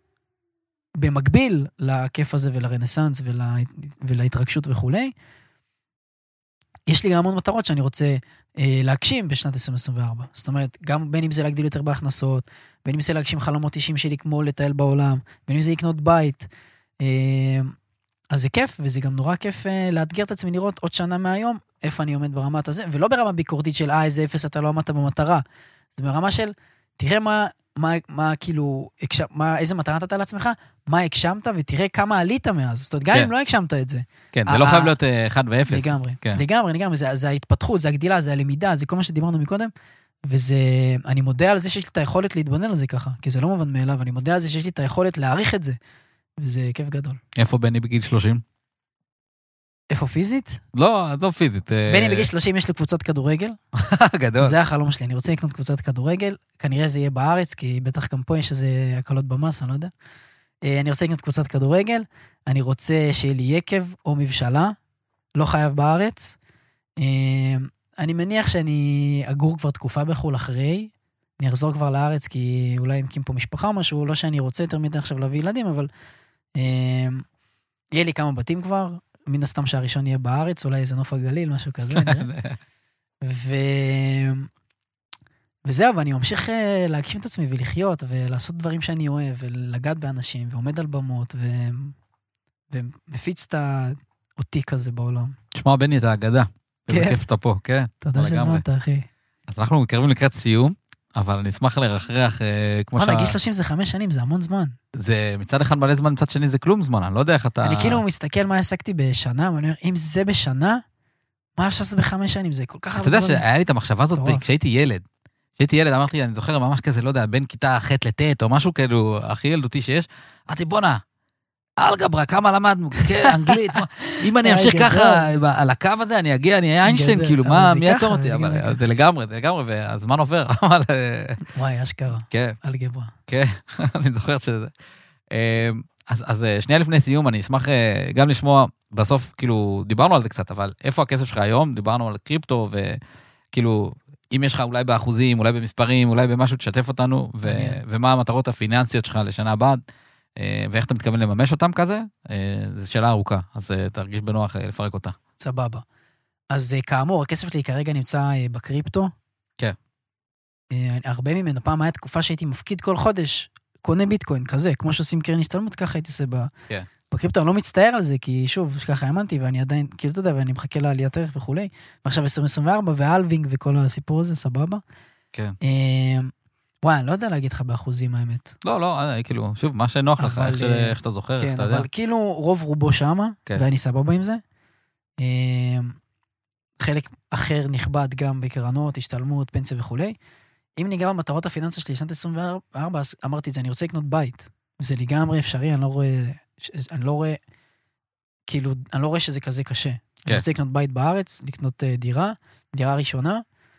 B: במקביל לכיף הזה ולרנסנס ולה, ולהתרגשות וכו'. יש לי גם המון מטרות שאני רוצה אה, להגשים בשנת עשרים עשרים וארבע. זאת אומרת, גם בין אם זה להגדיל יותר בהכנסות, בין אם זה להגשים חלומות אישיים שלי כמו לטייל בעולם, בין אם זה לקנות בית. אה, אז זה כיף, וזה גם נורא כיף אה, לאתגר את עצמי לראות עוד שנה מהיום, איפה אני עומד ברמת הזה, ולא ברמה ביקורתית של, אה, איזה אפס אתה לא עמדת במטרה. זה ברמה של, תראה מה, מה, מה כאילו, מה, איזה מטרה נתת לעצמך, מה הגשמת, ותראה כמה עלית מאז. זאת אומרת, גם אם לא הגשמת את זה.
A: כן, זה לא חייב להיות אחד ואפס.
B: לגמרי, לגמרי, לגמרי. זה ההתפתחות, זה הגדילה, זה הלמידה, זה כל מה שדיברנו מקודם, וזה, אני מודה על זה שיש לי את היכולת להתבונן על זה ככה, כי זה לא מובן מאליו, אני מודה על זה שיש לי את היכולת להעריך את זה, וזה כיף גדול.
A: איפה בני בגיל שלושים?
B: איפה פיזית?
A: לא, לא פיזית.
B: בני בגיל שלושים יש לו קבוצת כדורגל.
A: גדול.
B: זה החלום שלי, אני רוצה לקנות קבוצת כדורגל, כנראה זה יהיה בארץ, כי בטח גם פה יש איזה הקלות במס, אני לא יודע. אני רוצה לקנות קבוצת כדורגל, אני רוצה שיהיה לי יקב או מבשלה, לא חייב בארץ. אני מניח שאני אגור כבר תקופה בחול אחרי, אני אחזור כבר לארץ, כי אולי נקים פה משפחה או משהו, לא שאני רוצה יותר מדי עכשיו להביא ילדים, אבל יהיה לי כמה בתים כבר, מן הסתם שהראשון יהיה בארץ, אולי איזה נוף הגליל, משהו כזה. ו... וזהו, ואני ממשיך להגשים את עצמי ולחיות, ולעשות דברים שאני אוהב, ולגעת באנשים, ועומד על במות, ו... ומפיץ את אותי כזה בעולם.
A: תשמע, בני, אתה אגדה.
B: כן.
A: כיף אתה פה, כן.
B: תודה שזמנת, אחי.
A: אז אנחנו מקרבים לקראת סיום, אבל אני אשמח לרחרח כמו שה...
B: מה, נגיד שלושים זה חמש שנים, זה המון זמן.
A: זה מצד אחד מלא זמן, מצד שני זה כלום זמן, אני לא יודע איך אתה...
B: אני כאילו מסתכל מה עסקתי בשנה, ואני אומר, אם זה בשנה, מה אפשר לעשות בחמש שנים? זה כל כך...
A: אתה יודע שהיה לי את המחשבה הזאת כשהייתי ילד. כשהייתי ילד, אמרתי, אני זוכר ממש כזה, לא יודע, בין כיתה ח' לט' או משהו כאילו, הכי ילדותי שיש, אמרתי, בונה, אלגברה, כמה למדנו, אנגלית, אם אני אמשיך ככה על הקו הזה, אני אגיע, אני אהיה איינשטיין, כאילו, מי יעצור אותי? אבל זה לגמרי, זה לגמרי, והזמן עובר.
B: וואי, אשכרה, אלגברה.
A: כן, אני זוכר שזה. אז שנייה לפני סיום, אני אשמח גם לשמוע, בסוף, כאילו, דיברנו על זה קצת, אבל איפה הכסף שלך היום? דיברנו על קריפטו, וכאילו, אם יש לך אולי באחוזים, אולי במספרים, אולי במשהו, תשתף אותנו, ומה המטרות הפיננסיות שלך לשנה הבאה, ואיך אתה מתכוון לממש אותם כזה, זו שאלה ארוכה, אז תרגיש בנוח לפרק אותה.
B: סבבה. אז כאמור, הכסף שלי כרגע נמצא בקריפטו.
A: כן.
B: הרבה ממנו, פעם היה תקופה שהייתי מפקיד כל חודש, קונה ביטקוין כזה, כמו שעושים קרן השתלמות, ככה הייתי עושה
A: כן.
B: בקריפטו. אני לא מצטער על זה, כי שוב, ככה האמנתי, ואני עדיין, כאילו אתה יודע, ואני מחכה לעליית ערך וכו'. ועכשיו עשרים עשרים וארבע, והאלווינג וכל הסיפור הזה, סבבה.
A: כן.
B: וואי, אני לא יודע להגיד לך באחוזים האמת.
A: לא, לא, כאילו, שוב, מה שנוח לך, איך שאתה זוכר,
B: כן,
A: אתה יודע.
B: אבל כאילו רוב רובו שמה, ואני סבבה עם זה. חלק אחר נכבד גם בקרנות, השתלמות, פנסיה וכו'. אם ניגע במטרות הפיננסיות שלי לשנת עשרים וארבע, אז אמרתי את זה, אני רוצה לקנות בית. וזה לגמרי אפשרי, אני לא רואה, אני לא רואה, כאילו, אני לא רואה שזה כזה קשה. אני רוצה לקנות בית בארץ, לקנות דירה, דירה ראשונה.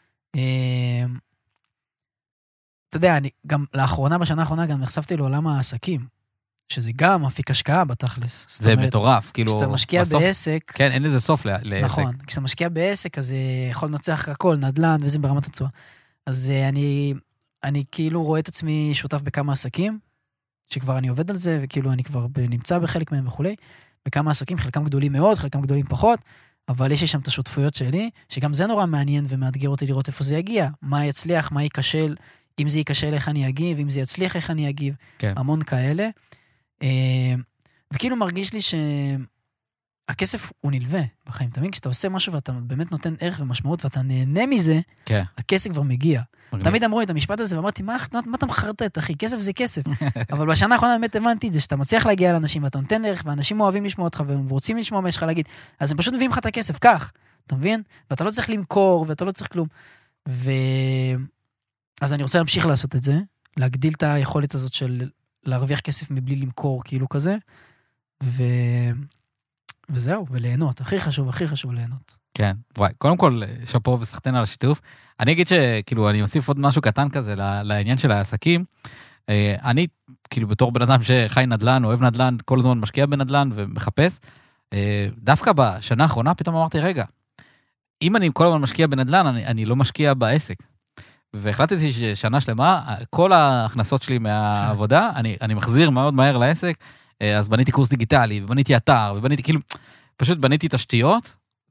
B: אתה יודע, אני גם לאחרונה, בשנה האחרונה, גם נחשפתי לעולם העסקים, שזה גם אפיק השקעה בתכלס.
A: זה מטורף, כאילו...
B: כשאתה משקיע בעסק...
A: כן, אין לזה סוף לעסק.
B: נכון, כשאתה משקיע בעסק, אז יכול לנצח הכל, נדל"ן, וזה ברמת הצועה. אז אני, אני כאילו רואה את עצמי שותף בכמה עסקים, שכבר אני עובד על זה, וכאילו אני כבר נמצא בחלק מהם וכו'. בכמה עסקים, חלקם גדולים מאוד, חלקם גדולים פחות, אבל יש לי שם את השותפויות שלי, שגם זה נורא מעניין ומאתגר אותי לראות איפה זה יגיע, מה יצליח, מה ייכשל, אם זה ייכשל איך אני אגיב, אם זה יצליח איך אני אגיב,
A: כן.
B: המון כאלה. וכאילו מרגיש לי שהכסף הוא נלווה בחיים. תמיד כשאתה עושה משהו ואתה באמת נותן ערך ומשמעות ואתה נהנה מזה,
A: כן.
B: הכסף כבר מגיע. מגניב. תמיד אמרו את המשפט הזה ואמרתי, מה, מה, מה אתה מחרטט, אחי? כסף זה כסף. אבל בשנה האחרונה באמת הבנתי את זה, שאתה מצליח להגיע לאנשים ואתה נותן ערך, ואנשים אוהבים לשמוע אותך והם רוצים לשמוע מה יש לך להגיד, אז הם פשוט מביאים לך את הכסף, כך, אתה מבין? ואתה לא צריך למכור ואתה לא צריך כלום. ו... אז אני רוצה להמשיך לעשות את זה, להגדיל את היכולת הזאת של להרוויח כסף מבלי למכור, כאילו כזה, ו... וזהו, וליהנות. הכי חשוב, הכי חשוב ליהנות.
A: כן, וואי, קודם כל, שפו וסחטן על השיתוף. אני אגיד שכאילו, אני אוסיף עוד משהו קטן כזה לעניין של העסקים. אני, כאילו, בתור בן אדם שחי נדל"ן, אוהב נדל"ן, כל הזמן משקיע בנדל"ן ומחפש, דווקא בשנה האחרונה פתאום אמרתי, רגע, אם אני כל הזמן משקיע בנדל"ן, אני, אני לא משקיע בעסק. והחלטתי ששנה שלמה, כל ההכנסות שלי מהעבודה, אני, אני מחזיר מאוד מהר לעסק, אז בניתי קורס דיגיטלי, ובניתי אתר, ובניתי כאילו, פשוט בניתי תשתיות,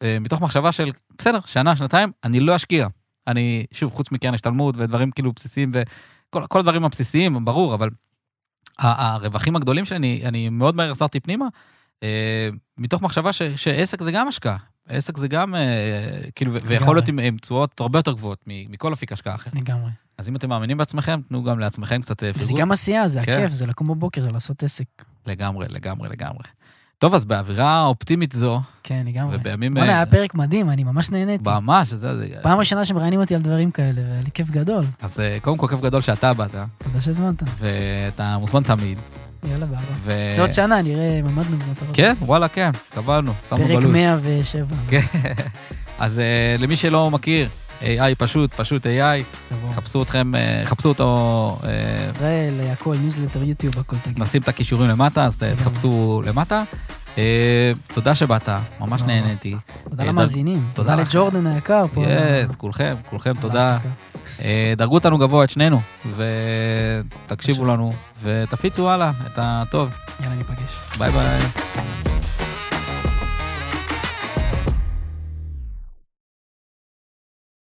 A: מתוך מחשבה של, בסדר, שנה, שנתיים, אני לא אשקיע. אני, שוב, חוץ מקרן השתלמות ודברים כאילו בסיסיים, וכל הדברים הבסיסיים, ברור, אבל הרווחים הגדולים שאני, אני מאוד מהר החזרתי פנימה, מתוך מחשבה ש, שעסק זה גם השקעה. עסק זה גם, כאילו, ויכול להיות עם תשואות הרבה יותר גבוהות מכל אפיק השקעה אחר.
B: לגמרי.
A: אז אם אתם מאמינים בעצמכם, תנו גם לעצמכם קצת פיגור.
B: וזה גם עשייה, זה הכיף, זה לקום בבוקר, זה לעשות עסק.
A: לגמרי, לגמרי, לגמרי. טוב, אז באווירה אופטימית זו,
B: כן, לגמרי.
A: ובימים...
B: בוא'נה, היה פרק מדהים, אני ממש נהניתי.
A: ממש, זה...
B: פעם ראשונה שמראיינים אותי על דברים כאלה, והיה לי כיף גדול.
A: אז קודם כל כיף גדול שאתה באת.
B: תודה שהזמנת.
A: ואתה מוזמן תמיד.
B: יאללה, בעבר. זה עוד שנה, נראה, ממדנו במטרות.
A: כן, וואלה, כן, קבלנו.
B: פרק מאה ושבע.
A: כן. אז למי שלא מכיר, איי איי פשוט, פשוט איי איי, חפשו אתכם, חפשו אותו...
B: זה הכל, ניוזלטר, יוטיוב, הכל תגיד.
A: נשים את הכישורים למטה, אז תחפשו למטה. תודה שבאת, ממש נהניתי.
B: תודה למאזינים, תודה לג'ורדן היקר פה.
A: יס, כולכם, כולכם תודה. דרגו אותנו גבוה את שנינו, ותקשיבו לנו, ותפיצו הלאה את הטוב.
B: יאללה, ניפגש.
A: ביי ביי.